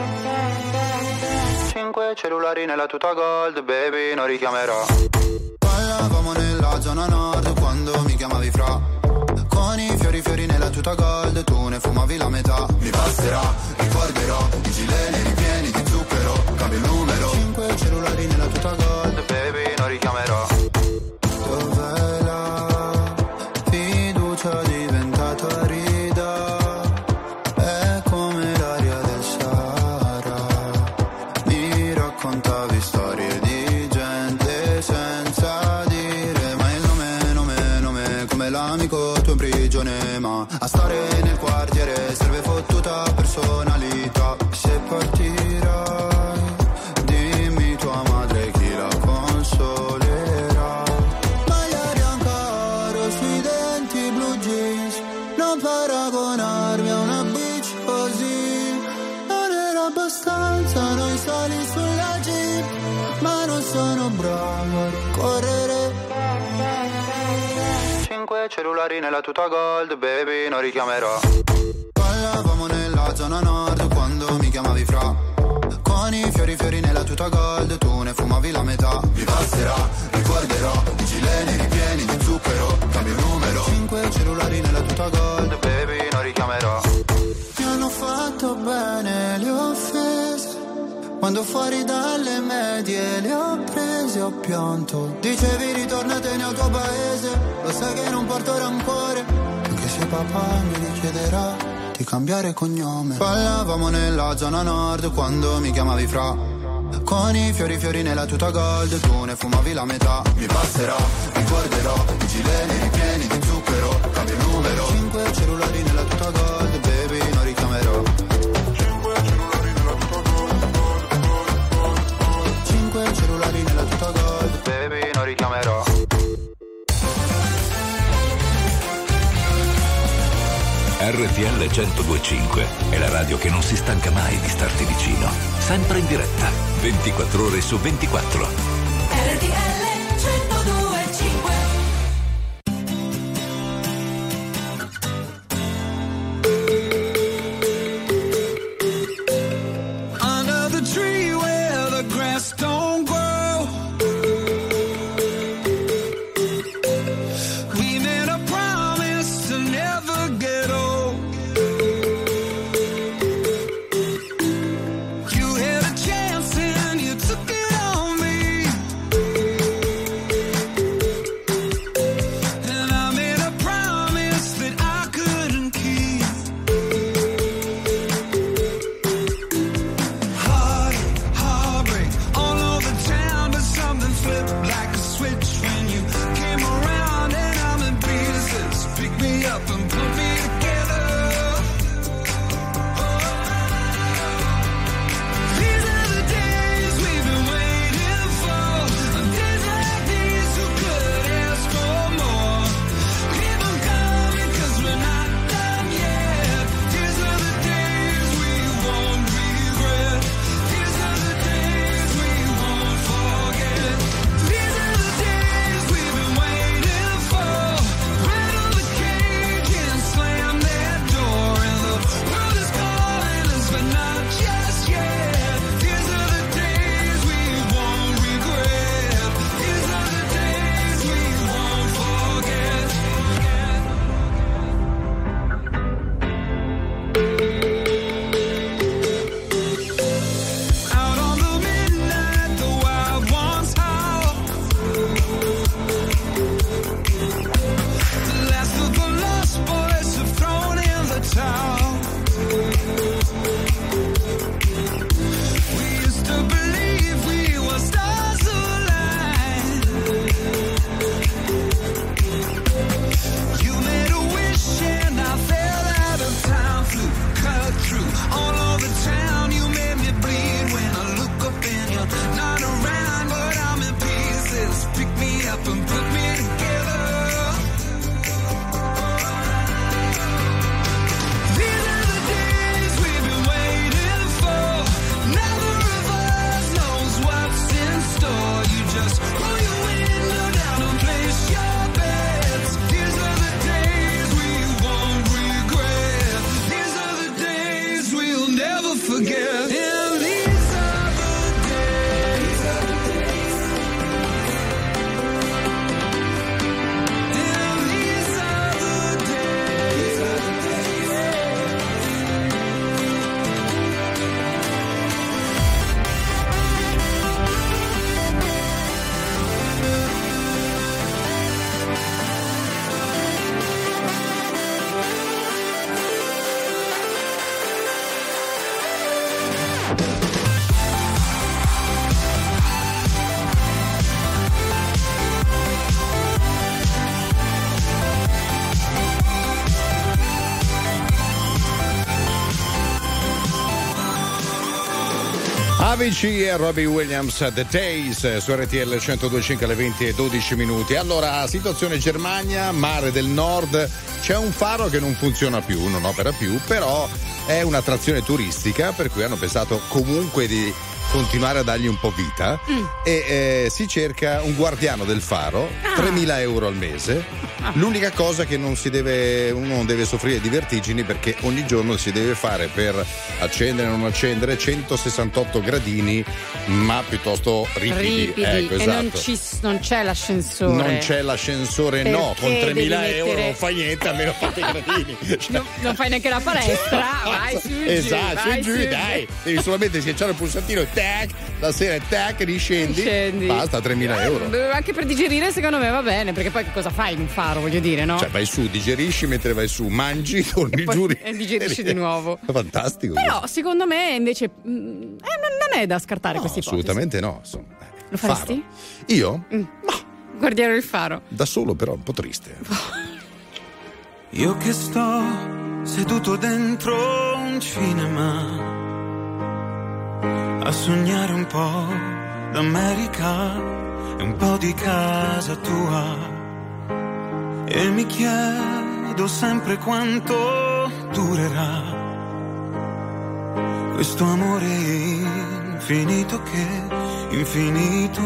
5 cellulari nella tuta gold, baby, non richiamerò. Parlavamo nella zona nord quando mi chiamavi fra, con i fiori nella tuta gold, tu ne fumavi la metà. Mi passerà, ricorderò i gileni ripieni di zucchero, cambio il numero. 5 cellulari nella tuta gold, baby, non richiamerò. Dov'è la fiducia diventata rida? È come l'aria del Sahara. Mi raccontavi storie di gente senza dire mai il nome, come l'amico tuo in prigione, ma a stare nel quartiere serve fottuta personalità. Se partirai, dimmi tua madre chi la consolerà. Maglia bianca oro sui denti, blue jeans, non paragonarmi a una bitch così. Non era abbastanza noi sali sulla jeep, ma non sono bravo a correre. 5 cellulari nella tuta gold, baby, non richiamerò. Parlavamo nella zona nord quando mi chiamavi fra, con i fiori nella tuta gold, tu ne fumavi la metà. Mi passerà, ricorderò i gileni ripieni di zucchero, cambio il numero. 5 cellulari nella tuta gold, baby, non richiamerò. Mi hanno fatto bene le offese, quando fuori dalle medie le ho prese, ho pianto. Dicevi ritornatene al tuo paese, lo sai che non porto rancore, anche se papà mi richiederà di cambiare cognome. Parlavamo nella zona nord quando mi chiamavi fra, con i fiori nella tuta gold, tu ne fumavi la metà. Mi passerà, ricorderò i gileni ripieni di zucchero, cambio il numero. 5 cellulari nella tuta gold, baby, non richiamerò. 5 cellulari nella tuta gold, baby, non richiamerò. RTL 102.5 è la radio che non si stanca mai di starti vicino, sempre in diretta, 24 ore su 24. RTL 102.5. Under the tree where the grass don't grow, we made a promise to never get old. You had a chance and you took it on me. Avicii e Robbie Williams, The Days, su RTL 102.5 alle 20:12. Allora, situazione Germania, mare del nord, c'è un faro che non funziona più, non opera più, però è un'attrazione turistica, per cui hanno pensato comunque di continuare a dargli un po' vita e si cerca un guardiano del faro, 3.000 euro al mese. L'unica cosa che uno non deve soffrire di vertigini, perché ogni giorno si deve fare, per accendere o non accendere, 168 gradini, ma piuttosto ripidi. Ecco, esatto. E non c'è l'ascensore. Non c'è l'ascensore, perché no, con 3.000 euro non fai niente, almeno fate i gradini. Non fai neanche la palestra, vai su esatto, vai giù, dai, devi solamente schiacciare il pulsantino e tac, la sera tac, riscendi. Basta, 3.000 euro. Anche per digerire secondo me va bene, perché poi che cosa fai in un faro, voglio dire, no? Cioè vai su, digerisci, mentre vai su, mangi, torni giù e digerisci di nuovo. Fantastico. Però secondo me invece non è da scartare questa ipotesi. Assolutamente no. Insomma. Lo faresti? Faro. Io? Guardiare il faro. Da solo, però un po' triste. Io che sto seduto dentro un cinema a sognare un po' d'America e un po' di casa tua, e mi chiedo sempre quanto durerà questo amore infinito che infinito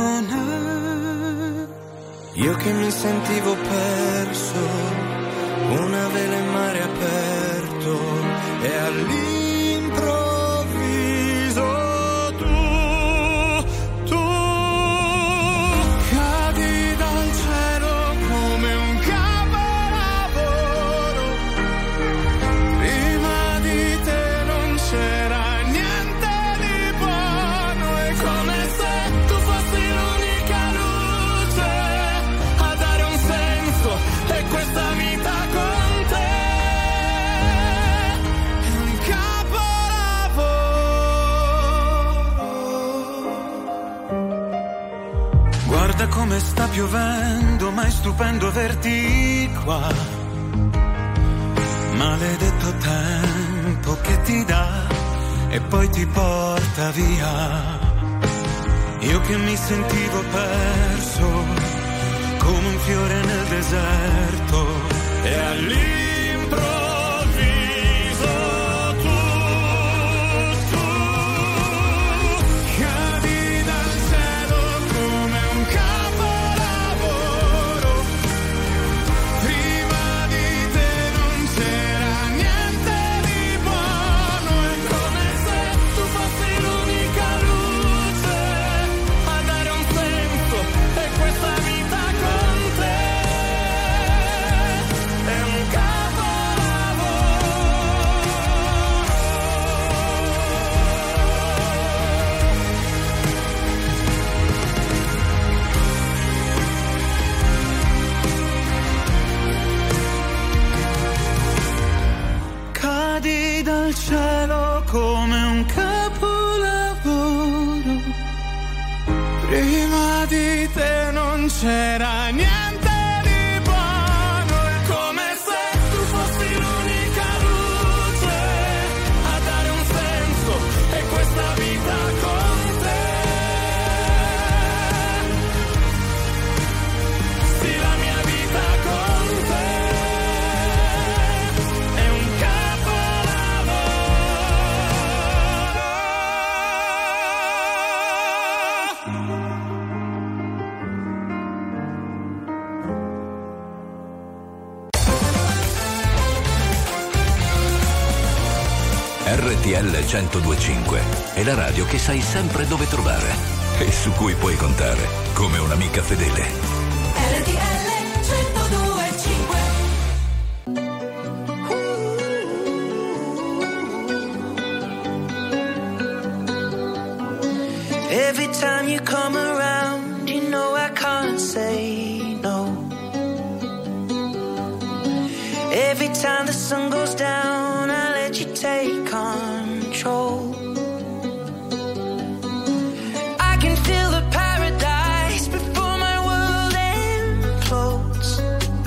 non è. Io che mi sentivo perso, una vela in mare aperto, e all'improvviso tu cadi dal cielo come un capolavoro. Prima di te non c'era niente di buono, è come se tu fossi l'unica luce a dare un senso e questa vita con te è un capolavoro. Guarda come sta piovendo, ma è stupendo averti qua. Maledetto tempo che ti dà e poi ti porta via. Io che mi sentivo perso come un fiore nel deserto, e all'improvviso tu cadi dal cielo come un capolavoro. Prima di te non c'era niente di buono, è come se tu fossi l'unica luce a dare un senso e questa vita con te è un capolavoro. Cadi dal cielo come un capolavoro. Prima di te non c'era niente di buono, è come se tu fossi l'unica luce a dare un senso e questa vita con te. Sì, la mia vita con te è un RTL 102.5 è la radio che sai sempre dove trovare e su cui puoi contare come un'amica fedele. RTL 102.5. Every time you come around, you know I can't say no. Every time the sun goes down, I let you take control. I can feel the paradise before my world implodes.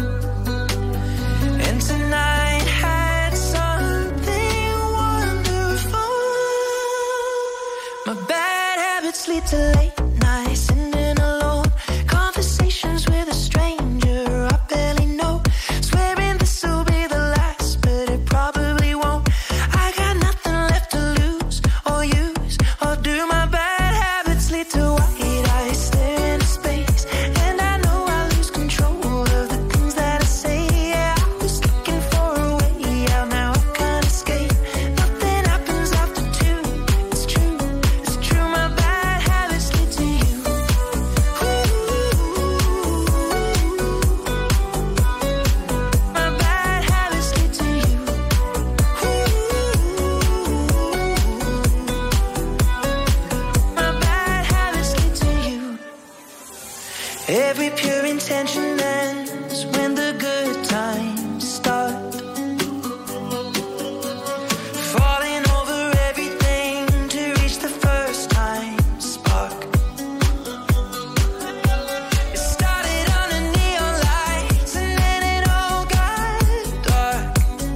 And tonight had something wonderful. My Every pure intention ends when the good times start. Falling over everything to reach the first time spark. It started under neon lights and then it all got dark.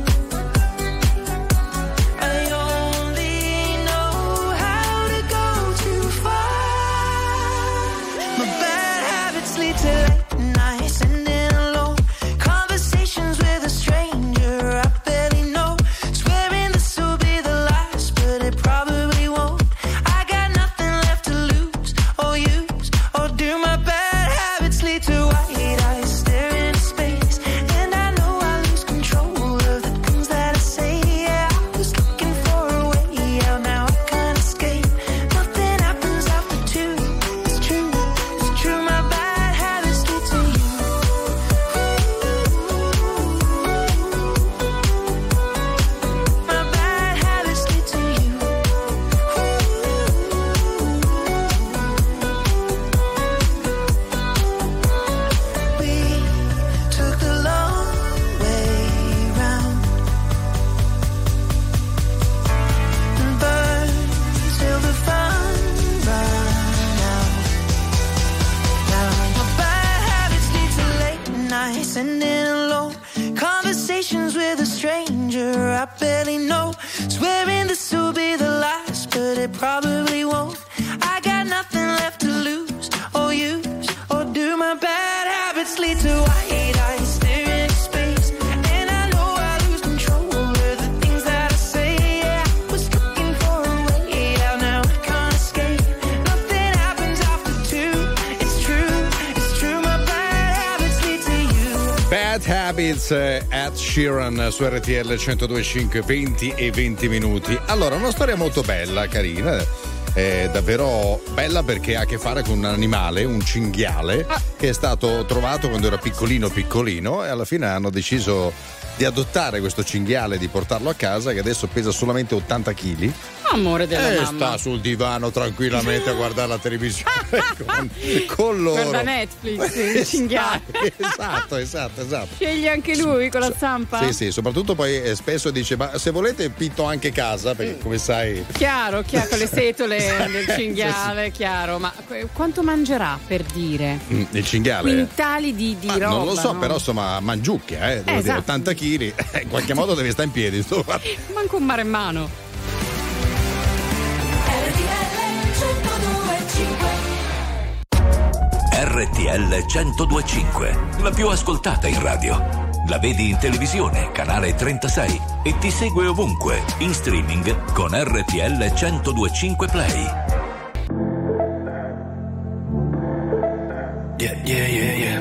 I only know how to go too far. My bad habits lead to late nights and then alone conversations with a stranger I barely know. Swearing this will be the last, but it probably won't. I got nothing left to lose or use or do. My bad habits lead to white eyes staring into space, and I know I lose control of the things that I say. Yeah, I was looking for a way out, now I can't escape. Nothing happens after two. It's true, it's true. My bad habits lead to you. My bad habits lead to you. We took the long way round and burned till the fun ran out. Now my bad habits lead to late nights and in alone conversations with a stranger I barely know. Swearing this will be the last, but it probably won't. I got nothing left to lose or use or do. My bad habits lead to white eyes staring into space, and I know I lose control of the things that I say. Yeah, I was looking for a way out, now I can't escape. Nothing happens after two. It's true, it's true. My bad habits lead to you. Bad Habits, Ed Sheeran su RTL 102.5, 20 e 20 minuti. Allora, una storia molto bella, carina, davvero bella perché ha a che fare con un animale, un cinghiale, che è stato trovato quando era piccolino e alla fine hanno deciso di adottare questo cinghiale, di portarlo a casa, che adesso pesa solamente 80 kg. Amore della E mamma. sta sul divano tranquillamente a guardare la televisione con loro. Guarda Netflix, il cinghiale. Esatto. Sceglie anche lui con la zampa? Sì, soprattutto poi spesso dice: ma se volete pitto anche casa, perché come sai. Chiaro, con le setole del cinghiale, chiaro. Ma quanto mangerà, per dire? Il cinghiale? Quintali di roba. Non lo so, no? però insomma mangiucchia, devo dire, esatto. 80 kg, in qualche modo deve stare in piedi. Manco un maremmano. RTL 102.5, la più ascoltata in radio. La vedi in televisione, canale 36, e ti segue ovunque, in streaming con RTL 102.5 Play. Yeah.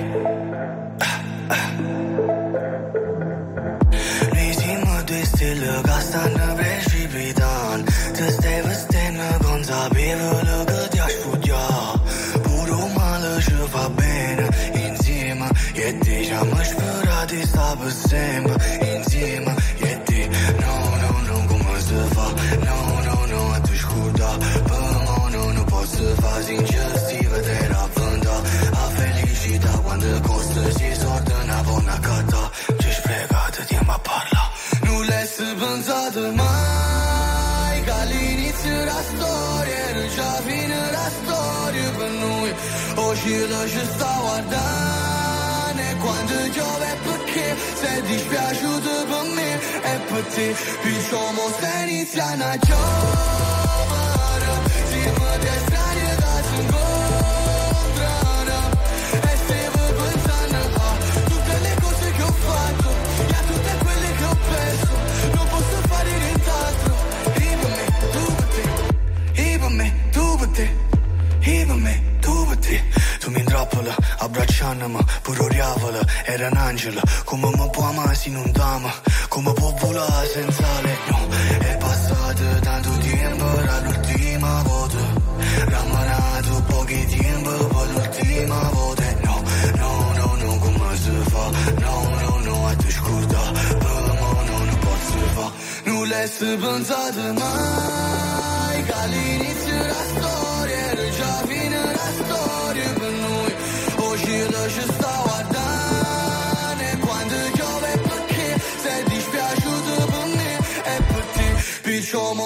Risimo due stelle che stanno precipitando. Ti stai vestendo consapevole che ti ha sfuggito. Pure male ci fa bene insieme. E diciamo sperati sta per sempre insieme. E ti no, come si fa? No, ti scorda. Per me non posso fare sincero, vedere avventa. A felicità quando costa si sorda una buona carta. Ci spiegate tempo a parlare. Non l'hai pensato mai che all'inizio della storia era già fine la storia per noi. Oggi lo ci sta guardando e quando piove perché sei dispiaciuto per me e per te. Diciamo se iniziano a giovere, siamo dei strani da si incontrano e stavo pensando a tutte le cose che ho fatto e a tutte quelle che ho perso. Non posso fare nient'altro. E per me, tu per te. E per me, tu per te. E per me, tu per te. Tu mi intrappola, abbracciandomi, pure oriavola. Era un angelo, come mi può amare se non t'ama. Come può volare senza lei, no. È passato tanto tempo dall'ultima volta. Ramanato pochi tempo per l'ultima volta. No, come si fa? No, a te scorda. Per me non posso fa. Non l'hai pensato mai che all'inizio della storia era già fine la storia per noi.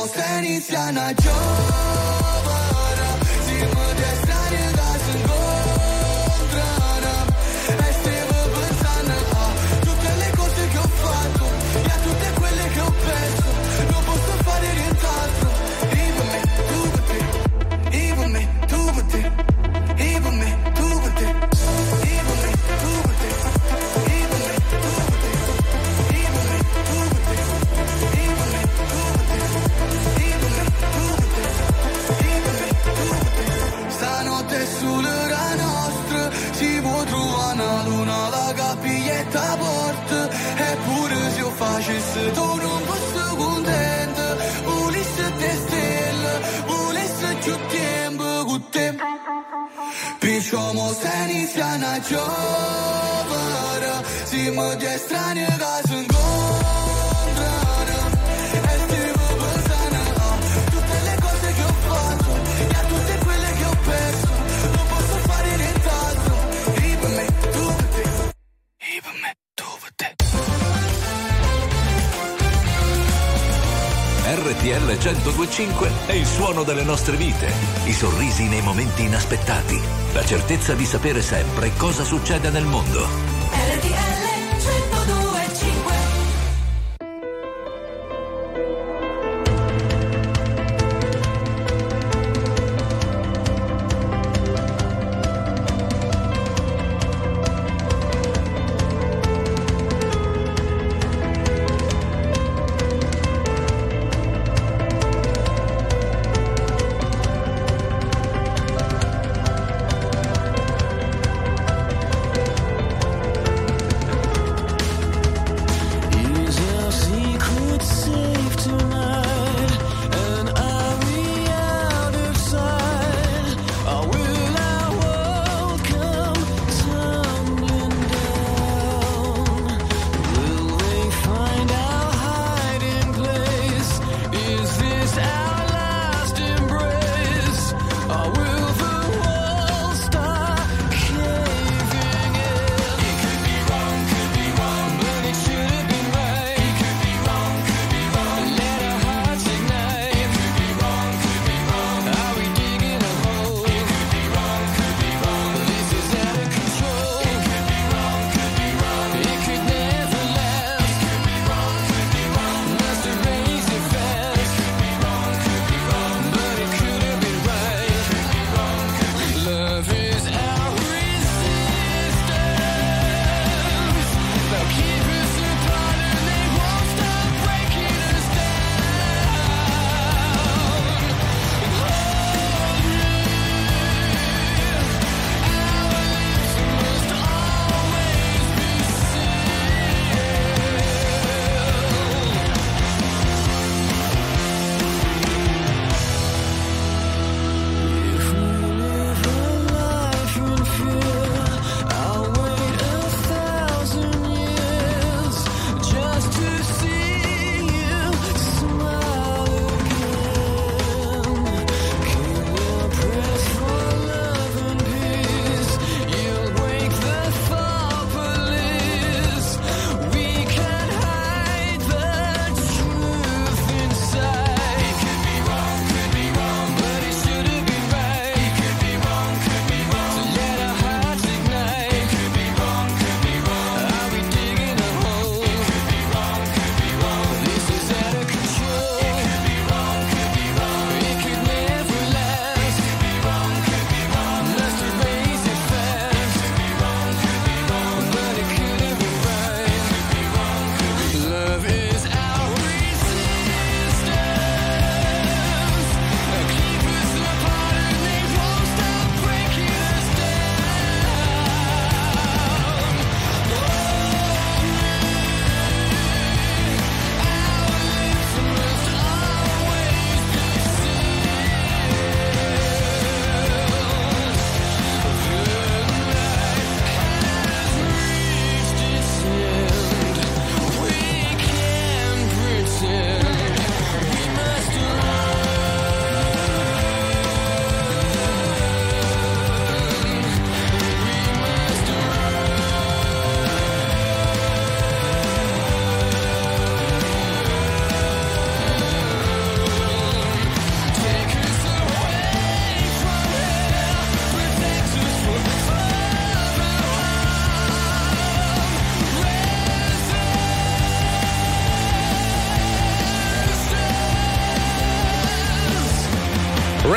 se inizia una giovane, siamo due strani che si incontrano e stiamo pensando a tutte le cose che ho fatto e a tutte quelle che ho perso. Non posso fare nient'altro. Io per me, tu per te. Io per me, tu per te. Io per me, tu per te. Io per me, tu per te. Io per me, tu per te. Io per me, tu per te. Io per me, tu per te. Io per me, tu per te. Io per me, tu per te. Stanotte sulla nostra si può trovare una luna, la capiglietta porta. Eppure se io facessi tu non fossi contento. Volessi te stelle, volessi più tempo con te. Perciò mo se inizia una giovane, siamo due strani che si incontrano e stiamo pensando a tutte le cose che ho fatto e a tutte quelle che ho perso. Non posso fare nient'altro. Io per me, tu per te. Io per me, tu per te. RTL 102.5 è il suono delle nostre vite, i sorrisi nei momenti inaspettati, la certezza di sapere sempre cosa succede nel mondo. RTL 102.5.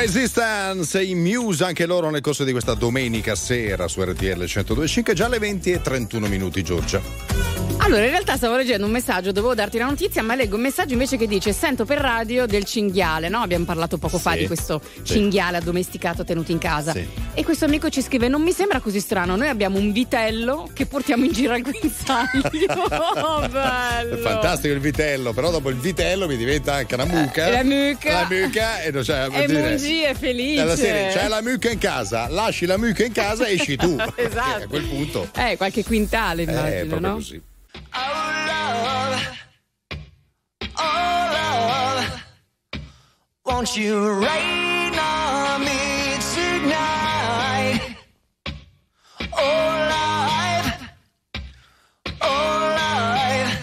Resistance e i Muse, anche loro nel corso di questa domenica sera su RTL 102.5, già alle 20:31, Giorgia. Allora, in realtà stavo leggendo un messaggio, dovevo darti la notizia, ma leggo un messaggio invece che dice: sento per radio del cinghiale, no? Abbiamo parlato poco fa di questo cinghiale addomesticato tenuto in casa. Sì. E questo amico ci scrive: non mi sembra così strano, noi abbiamo un vitello che portiamo in giro al guinzaglio. Oh, bello! È fantastico il vitello, però dopo il vitello mi diventa anche una mucca. La mucca e non c'è. E Mungi è felice. C'hai la mucca in casa, lasci la mucca in casa e esci tu. Esatto. A quel punto. Qualche quintale, immagino, proprio no? così. Won't you rain on me tonight? Oh, life,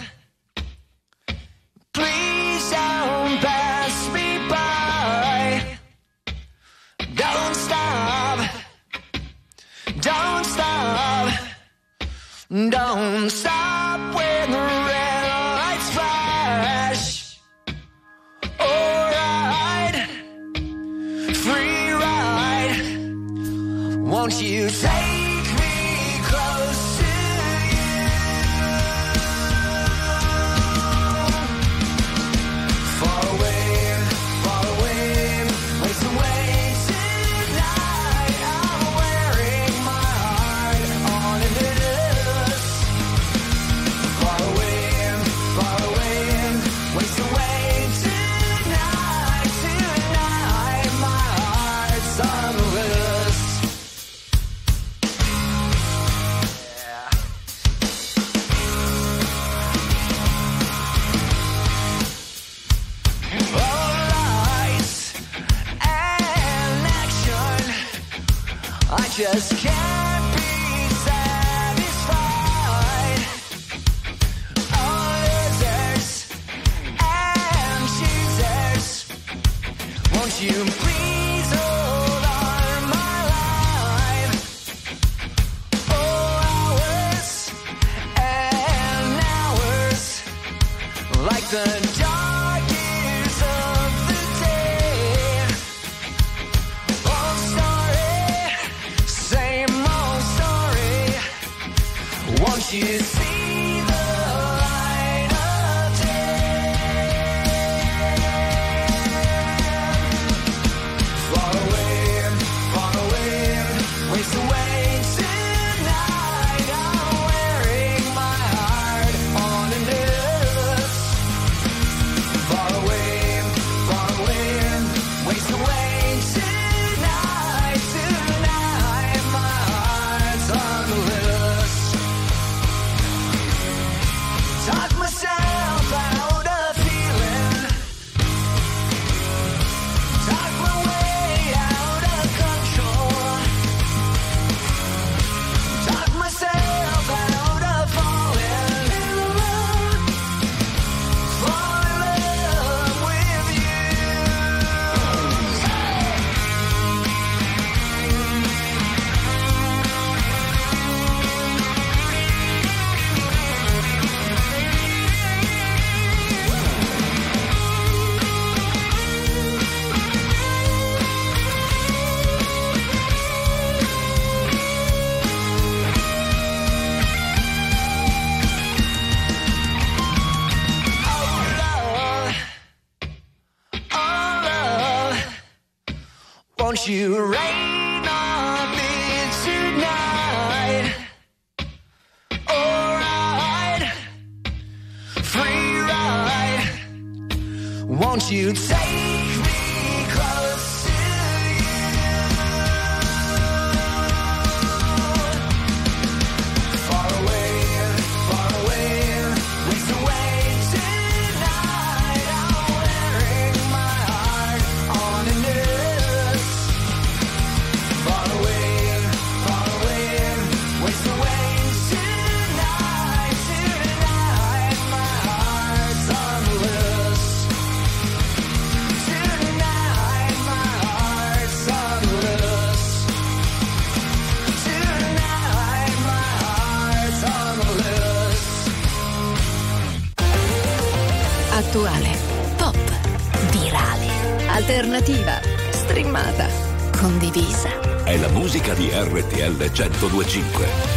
please don't pass me by. Don't stop, don't stop, don't stop when the red lights flash. Free ride. Won't you take me close to you? Far away, waste away tonight. I'm wearing my heart on a noose. Far away, waste away tonight. Tonight, my heart's on the loose. All lights and action, I just can't be satisfied. All losers and choosers, won't you please hold on my life? Oh, hours and hours, like the dark years of the day. Old story, same old story. Won't you see the light of day? Far away, waste away tonight. I'm wearing my heart on a noose. Far away, waste away tonight. Tonight, my heart's on the loose. Talk myself out of feeling. Talk my way out of control. Talk myself out of falling in love. Fall in love with you. Oh, love, won't you rain on me tonight? Alright, free ride. Won't you take me close to you? Far away, waste away tonight. I'm wearing my heart on a noose. Far away, waste away tonight. Tonight, my heart's on the loose. Tonight, my heart's on the loose. Tonight, my heart's on the loose. Attuale, pop, virale, alternativa, streamata, condivisa. È la musica di RTL 102.5.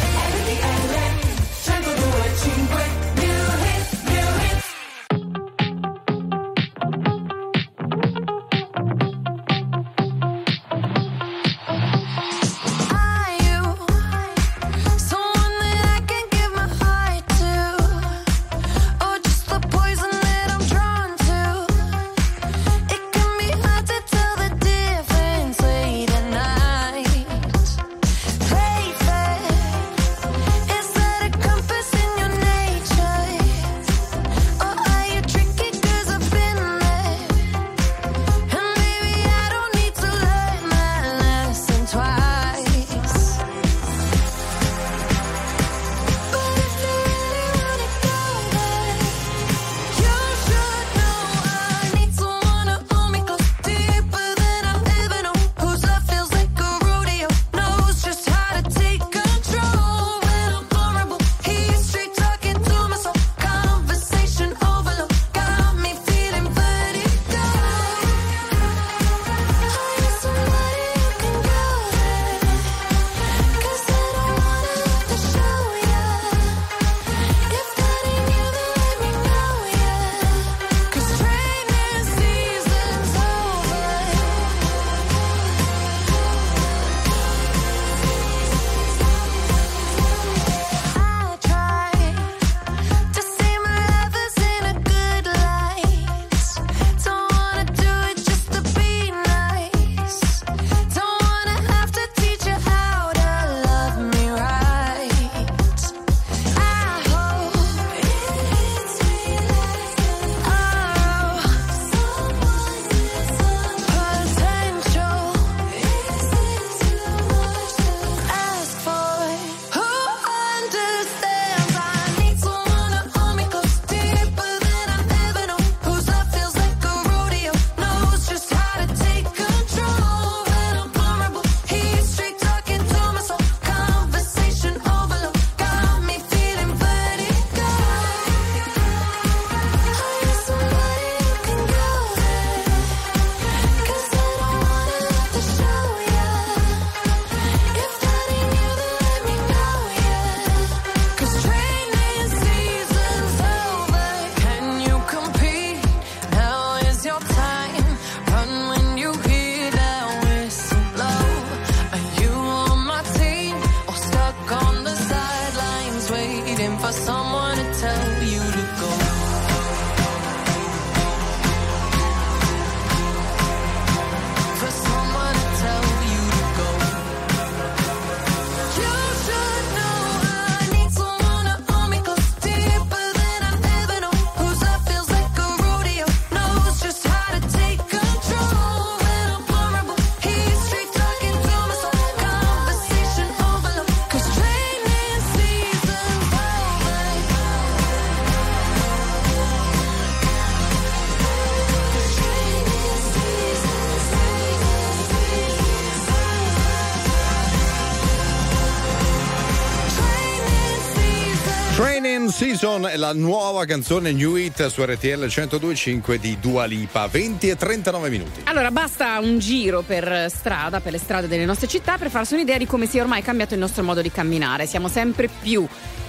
Season è la nuova canzone New Hit su RTL 102.5 di Dua Lipa. 20 e 39 minuti. Allora basta un giro per le strade delle nostre città per farsi un'idea di come sia ormai cambiato il nostro modo di camminare. Siamo sempre più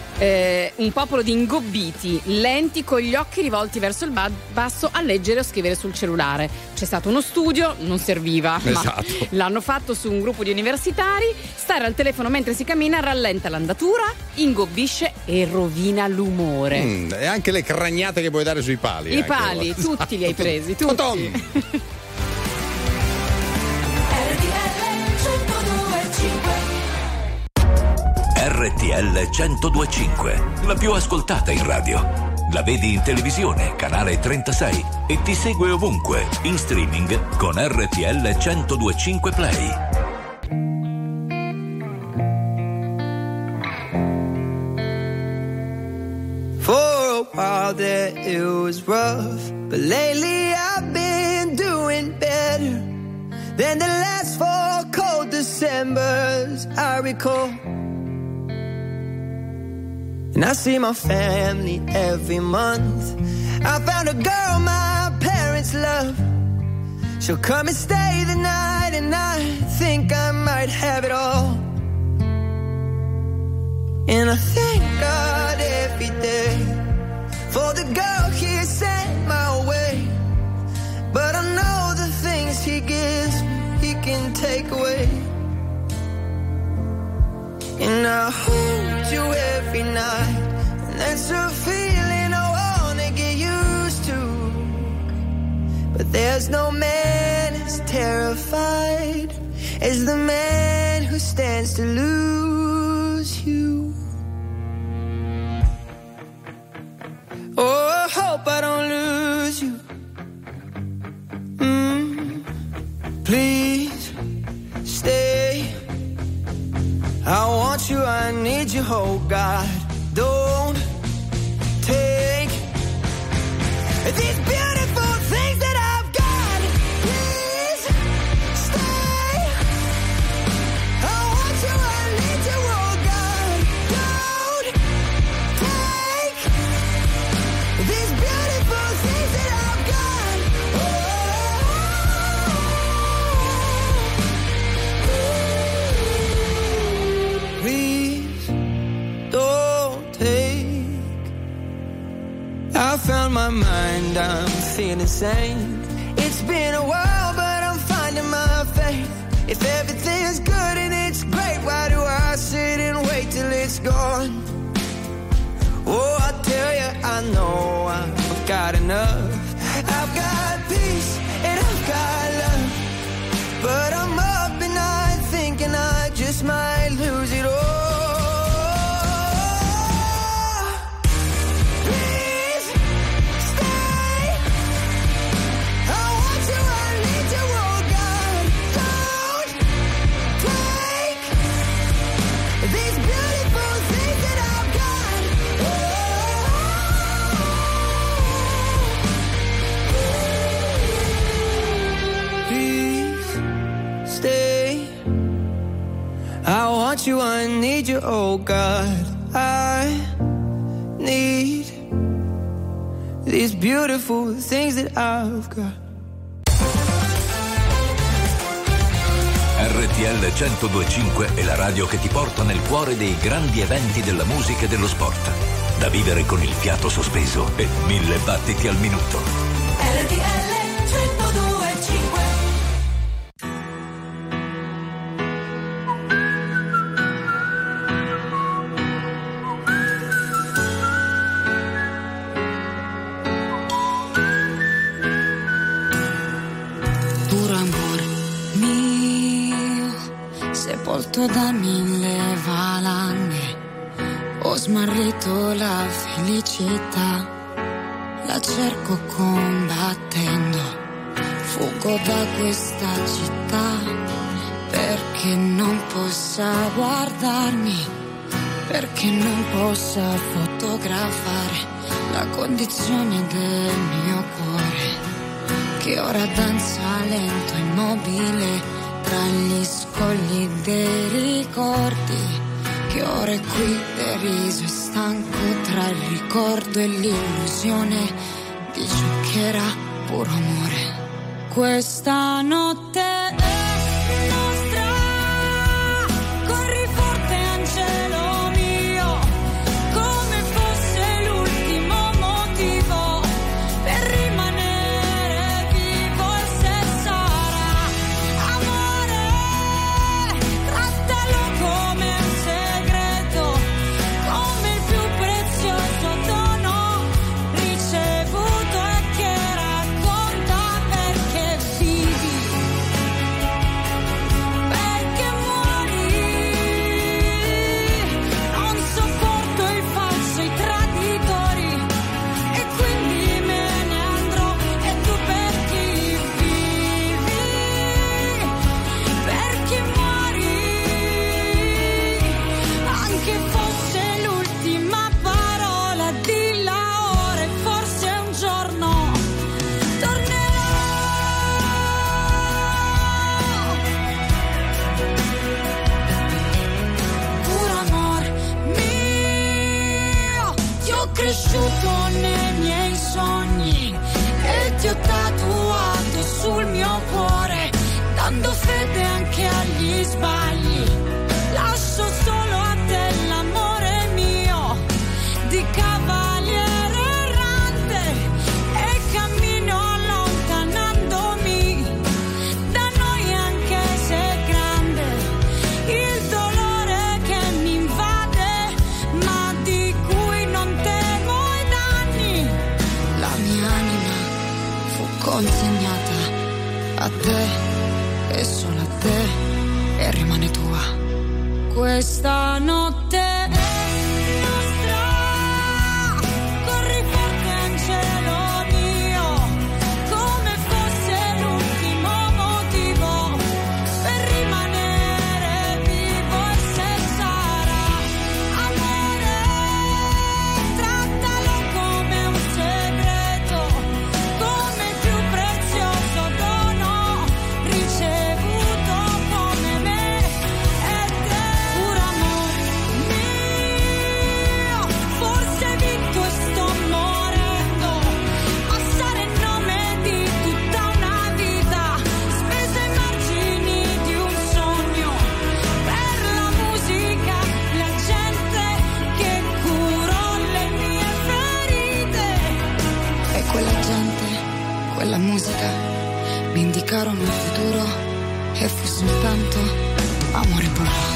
un popolo di ingobbiti, lenti, con gli occhi rivolti verso il basso a leggere o scrivere sul cellulare. C'è stato uno studio, non serviva, esatto, ma l'hanno fatto su un gruppo di universitari. Stare al telefono mentre si cammina rallenta l'andatura, ingobbisce e rovina l'umore. E anche le cragnate che puoi dare sui pali. I pali, tutti li hai presi, tutti. RTL 102.5, la più ascoltata in radio. La vedi in televisione, canale 36, e ti segue ovunque, in streaming con RTL 102.5 Play. For a while there it was rough, but lately I've been doing better than the last 4 cold Decembers I recall. And I see my family every month. I found a girl my parents love. She'll come and stay the night, and I think I might have it all. And I thank God every day for the girl He sent my way. But I know the things He gives me, He can take away. And I hold you every night, and that's a feeling I wanna get used to. But there's no man as terrified as the man who stands to lose you. Oh, I hope I don't lose you. Please stay. I want you, I need you, oh God. Don't take these beautiful things that I've got. Please stay. I want you, I need you, oh God. Don't take these beautiful things that I've got. Please don't take. I found my mind, I'm feeling sane. It's been a while, but I'm finding my faith. If everything's good and it's great, why do I sit and wait till it's gone? Oh, I tell you, I know I've got enough. I've got peace and I've got love, but I'm up and night thinking I just might lose it all. Please stay. I want you, I need you, oh God. Don't take these beautiful things that I've got. Please stay. I want you, I need you, oh God. I need these beautiful things that I've got. RTL 102.5 è la radio che ti porta nel cuore dei grandi eventi della musica e dello sport. Da vivere con il fiato sospeso e 1000 battiti al minuto. RTL 102.5. Puro amor mio, sepolto da 1000 valanghe, ho smarrito la felicità, la cerco combattendo, fuggo da questa città, perché non possa guardarmi, perché non possa fotografare la condizione del mio cuore, che ora danza lento, immobile, tra gli scogli dei ricordi, che ora è qui deriso e stanco, tra il ricordo e l'illusione di ciò che era puro amore. Questa notte è nostra, corri forte angelo mio, come fosse l'ultimo motivo per rimanere vivo, e se sarà amore, trattalo come un segreto, come il più prezioso dono ricevuto, e che racconta perché vivi, perché muori. Non sopporto il falso, i traditori, e quindi me ne andrò, e tu per chi vivi, perché muori. Anche fosse l'ultima parola, dilla ora e forse un giorno tornerò. Puro amor mio, ti ho cresciuto nei miei sogni e ti ho tatuato caldo sul mio cuore, dando fede anche agli sbagli. Lascio solo a te l'amore mio di cavaliere errante e cammino allontanandomi da noi, anche se è grande il dolore che mi invade, ma di cui non temo i danni. La mia anima fu consegnata a te e solo a te, e rimane tua. Questa notte è nostra, corri forte angelo mio, come fosse l'ultimo motivo per rimanere vivo. E se sarà amore, trattalo come un segreto, come il più prezioso dono ricevuto come me e te. Pur amor mio, forse vinto e sto morendo, passare il nome di tutta una vita, spese ai margini di un sogno, per la musica, la gente che curò le mie ferite. E quella gente, quella musica, mi indicarono il futuro e fu soltanto amore puro.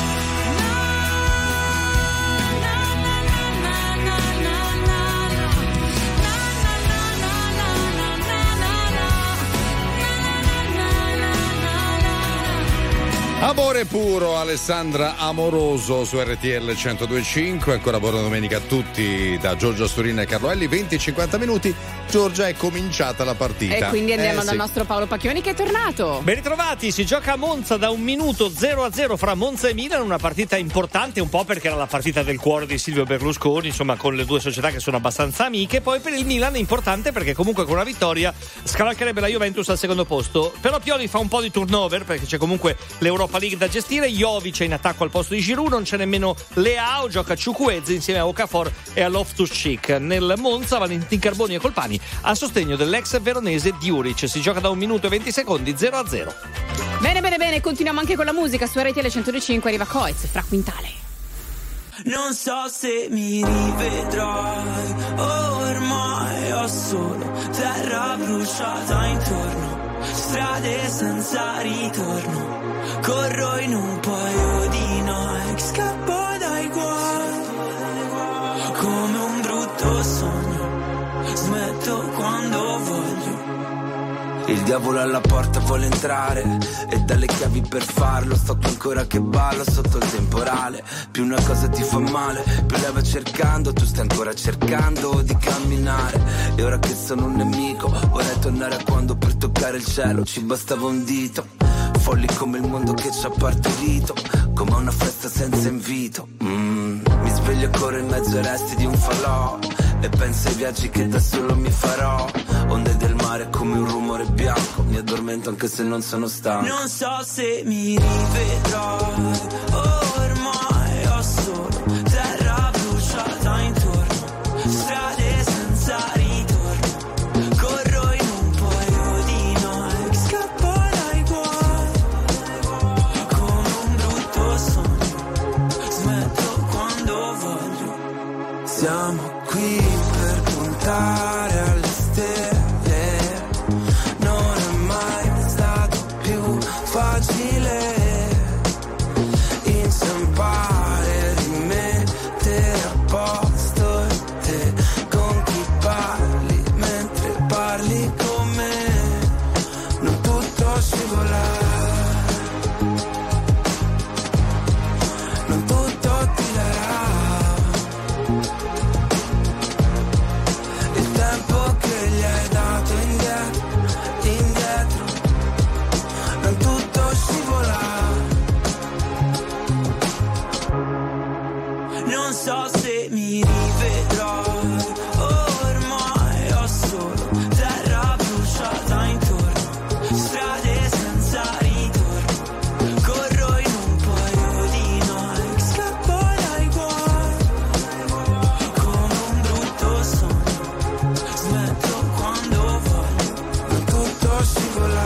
Amore puro, Alessandra Amoroso su RTL 102.5. Ancora buona domenica a tutti da Giorgio Astorina e Carlo Elli. 20-50 minuti, Giorgia, è cominciata la partita. E quindi andiamo dal sì. nostro Paolo Pacchioni, che è tornato. Ben ritrovati, si gioca a Monza da 1 minuto 0-0 fra Monza e Milan, una partita importante, un po' perché era la partita del cuore di Silvio Berlusconi, insomma, con le due società che sono abbastanza amiche. Poi per il Milan è importante perché comunque con una vittoria scavalcherebbe la Juventus al secondo posto. Però Pioli fa un po' di turnover perché c'è comunque l'Europa League da gestire. Jovic è in attacco al posto di Giroud, non c'è nemmeno Leao, gioca Chukwueze insieme a Okafor e a Loftus-Cheek. Nel Monza Valentin Carboni e Colpani a sostegno dell'ex veronese Djuric. Si gioca da 1 minuto e 20 secondi, 0-0. Bene, continuiamo anche con la musica. Su RTL 105 arriva Coez, Fra Quintale. Non so se mi rivedrai, ormai ho solo terra bruciata intorno, strade senza ritorno, corro in un paio di Nike, scappo dai guai, come un brutto sogno, smetto quando voglio. Il diavolo alla porta vuole entrare e dalle chiavi per farlo. Sto qui ancora che ballo sotto il temporale. Più una cosa ti fa male, più la vai cercando. Tu stai ancora cercando di camminare. E ora che sono un nemico vorrei tornare a quando per toccare il cielo ci bastava un dito. Folli come il mondo che ci ha partorito, come una festa senza invito. Mi sveglio e corro in mezzo ai resti di un falò e penso ai viaggi che da solo mi farò. Onde del mare come un rumore bianco, mi addormento anche se non sono stanco. Non so se mi rivedrai, ormai ho solo terra bruciata intorno, strade senza ritorno, corro in un paio di Nike, scappo dai guai, come un brutto sogno, smetto quando voglio. Siamo qui per puntare alle stelle. Non è mai stato più facile inciampare, rimettere a posto te con chi parli mentre parli con me. Non tutto scivola, non tutto ti darà il tempo che gli hai dato indietro, non tutto scivola. Non so se mi rivedrai, ormai ho solo terra bruciata intorno, strade senza ritorno, corro in un paio di Nike, scappo dai guai, come un brutto sogno, smetto quando voglio, non tutto scivola.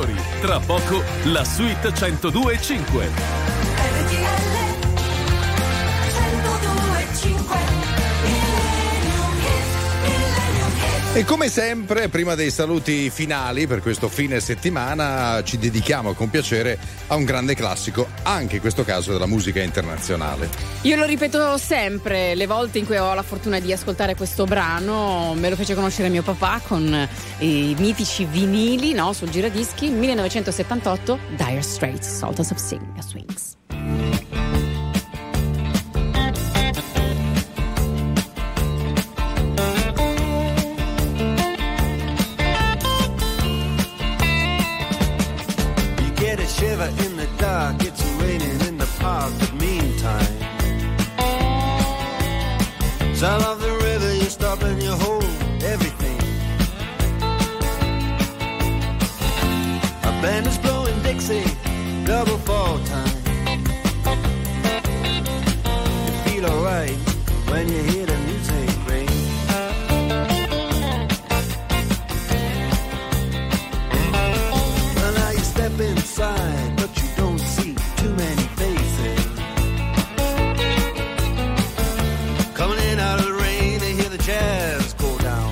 migliori. Tra poco la suite 102.5. E come sempre, prima dei saluti finali per questo fine settimana, ci dedichiamo con piacere a un grande classico, anche in questo caso della musica internazionale. Io lo ripeto sempre, le volte in cui ho la fortuna di ascoltare questo brano, me lo fece conoscere mio papà con i mitici vinili, no, sul giradischi, 1978, Dire Straits, Sultans of Swings. Shiver in the dark, it's raining in the park, but meantime sound of the river, you stop and you hold everything. A band is blowing Dixie, double fall time. You feel alright when you hear the music ring. Well, now you step inside, but you don't see too many faces. Coming in out of the rain, they hear the jazz go down.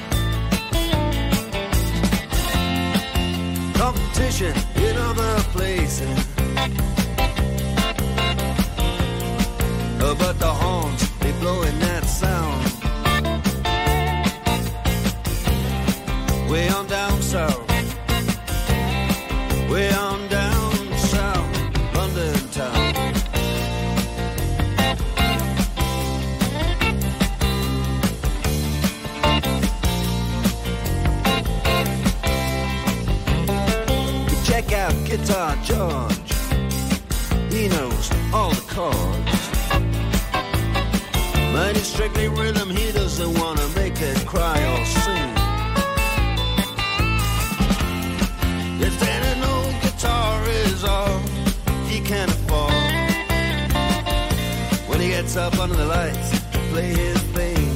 Competition in other places, but the horns, they blowing that sound. Way on down south, way on down south, London town. You check out Guitar George, he knows all the chords. But it's strictly rhythm, he doesn't want to make it cry or sing. If an old guitar is all he can afford, when he gets up under the lights to play his thing.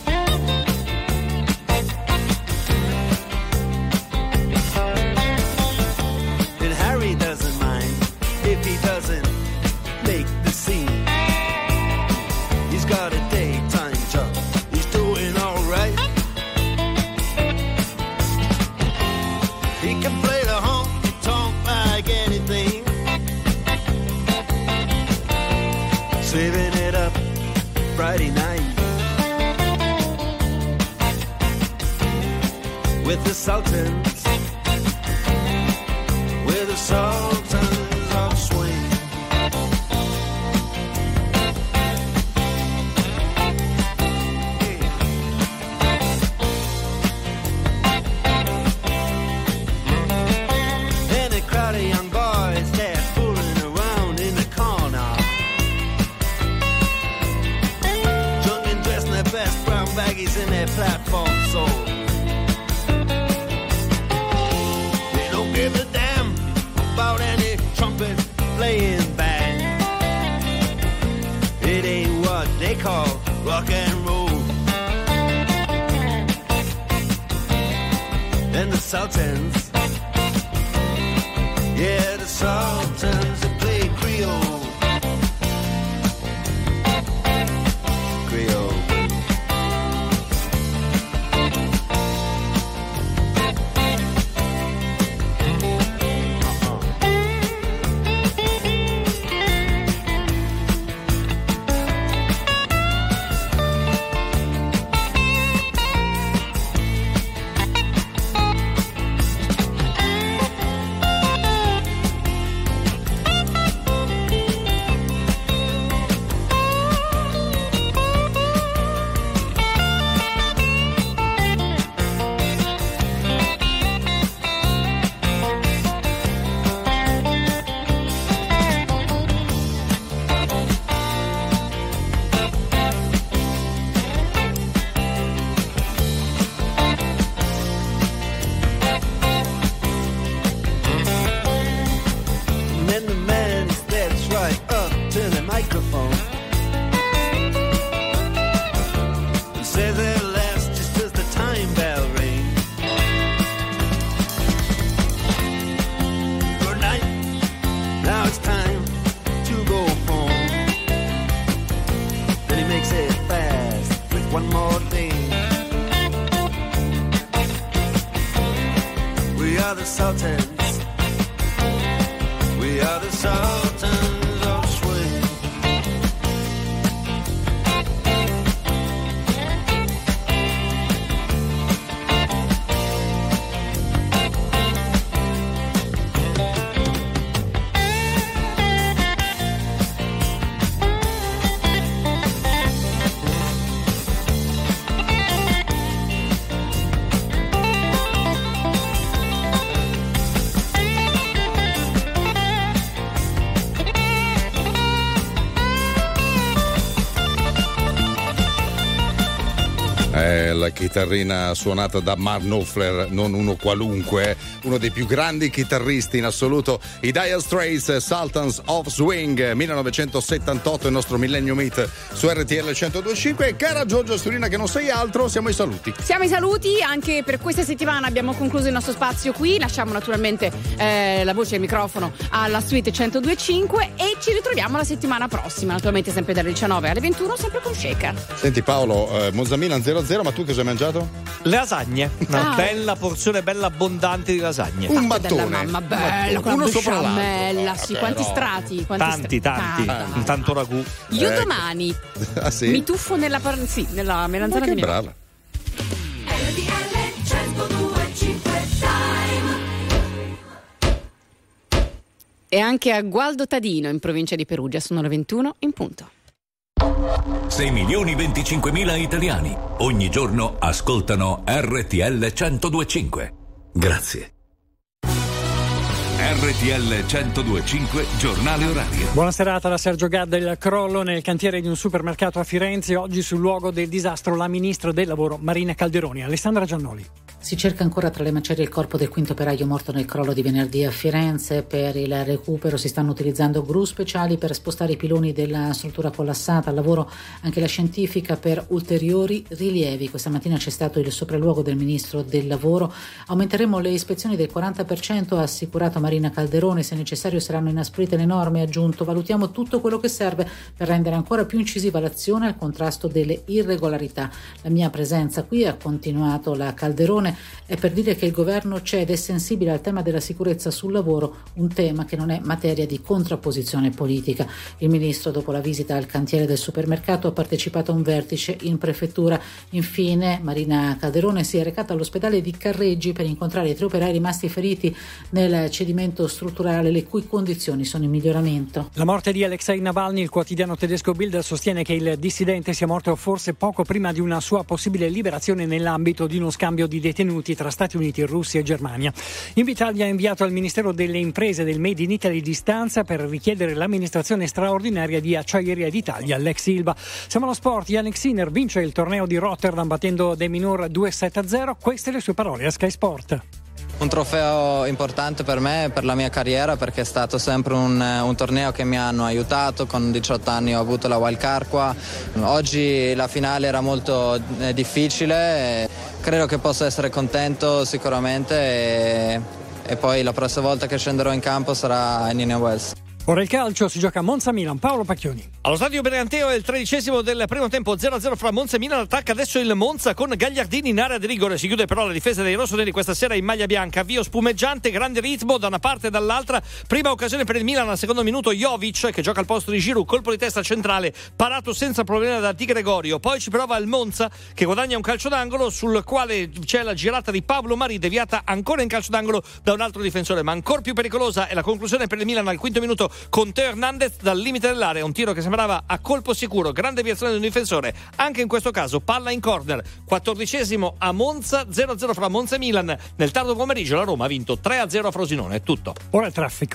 And Harry doesn't mind if he doesn't make the scene. He's got a daytime job, he's doing alright. He can play the honky-tonk like anything, saving it up Friday night with the Sultans, with the Sultans of Swing. And a crowd of young boys, they're fooling around in the corner, drunk and dressed in their best brown baggies in their platform soles. They don't give a damn about any trumpet playing band. It ain't what they call rock and roll. And the Sultans, yeah, the Sultans, they play Creole. Creole. Sultans. We are the Sultans of Swing. La chitarrina suonata da Mark Knopfler, non uno qualunque, uno dei più grandi chitarristi in assoluto, i Dire Straits, Sultans of Swing, 1978, il nostro Millennium Hit su RTL 102.5. E cara Giorgia Storina, che non sei altro, siamo ai saluti. Siamo ai saluti, anche per questa settimana abbiamo concluso il nostro spazio qui, lasciamo naturalmente la voce e il microfono alla suite 102.5 e ci ritroviamo la settimana prossima, naturalmente sempre dalle 19 alle 21, sempre con Shaker. Senti Paolo, Monza Milan 0-0, ma tu cosa hai mangiato? Le lasagne, una bella porzione bella abbondante di lasagne. Un battone. Della mamma, bello, con uno la sopra besciamella, l'altro. sì, quanti strati? Tanti, tanto ragù. Io domani Ah, sì? mi tuffo nella melanzana che di mia brava. e anche a Gualdo Tadino in provincia di Perugia. Sono le 21 in punto. 6.025.000 italiani ogni giorno ascoltano RTL 102.5. Grazie. RTL 102.5 Giornale Orario. Buona serata da Sergio Gadda. Il crollo nel cantiere di un supermercato a Firenze. Oggi sul luogo del disastro la ministra del lavoro Marina Calderoni. Alessandra Giannoli. Si cerca ancora tra le macerie il corpo del quinto operaio morto nel crollo di venerdì a Firenze. Per il recupero si stanno utilizzando gru speciali per spostare i piloni della struttura collassata. Al lavoro anche la scientifica per ulteriori rilievi. Questa mattina c'è stato il sopralluogo del ministro del lavoro. Aumenteremo le ispezioni del 40%, ha assicurato Marina Calderoni. Se necessario saranno inasprite le norme, ha aggiunto. Valutiamo tutto quello che serve per rendere ancora più incisiva l'azione al contrasto delle irregolarità. La mia presenza qui, ha continuato la Calderone, è per dire che il governo c'è ed è sensibile al tema della sicurezza sul lavoro, un tema che non è materia di contrapposizione politica. Il ministro, dopo la visita al cantiere del supermercato, ha partecipato a un vertice in prefettura. Infine Marina Calderone si è recata all'ospedale di Carreggi per incontrare i 3 operai rimasti feriti nel cedimento strutturale, le cui condizioni sono in miglioramento. La morte di Alexei Navalny. Il quotidiano tedesco Bild sostiene che il dissidente sia morto forse poco prima di una sua possibile liberazione nell'ambito di uno scambio di detenuti tra Stati Uniti, Russia e Germania. Invitalia ha inviato al Ministero delle Imprese del Made in Italy di Stanza per richiedere l'amministrazione straordinaria di Acciaieria d'Italia, l'ex Ilva. Siamo allo sport. Yannick Sinner vince il torneo di Rotterdam battendo De Minaur 2-7-0. Queste le sue parole a Sky Sport. Un trofeo importante per me e per la mia carriera, perché è stato sempre un torneo che mi hanno aiutato. Con 18 anni ho avuto la wild card qua. Oggi la finale era molto difficile, credo che possa essere contento sicuramente e poi la prossima volta che scenderò in campo sarà in Indian Wells. Ora il calcio, si gioca a Monza Milan. Paolo Pacchioni. Allo stadio Briganteo è il 13° del primo tempo, 0-0 fra Monza e Milan. Attacca adesso il Monza con Gagliardini in area di rigore. Si chiude però la difesa dei rossoneri questa sera in maglia bianca. Avvio spumeggiante, grande ritmo da una parte e dall'altra. Prima occasione per il Milan al secondo minuto, Jovic che gioca al posto di Giroud, colpo di testa centrale parato senza problema da Di Gregorio. Poi ci prova il Monza che guadagna un calcio d'angolo sul quale c'è la girata di Pablo Mari, deviata ancora in calcio d'angolo da un altro difensore, ma ancora più pericolosa è la conclusione per il Milan al quinto minuto con Teo Hernandez dal limite dell'area, un tiro che sembrava a colpo sicuro, grande deviazione di un difensore, anche in questo caso palla in corner. 14° a Monza, 0-0 fra Monza e Milan. Nel tardo pomeriggio la Roma ha vinto 3-0 a Frosinone. È tutto. Ora il traffico.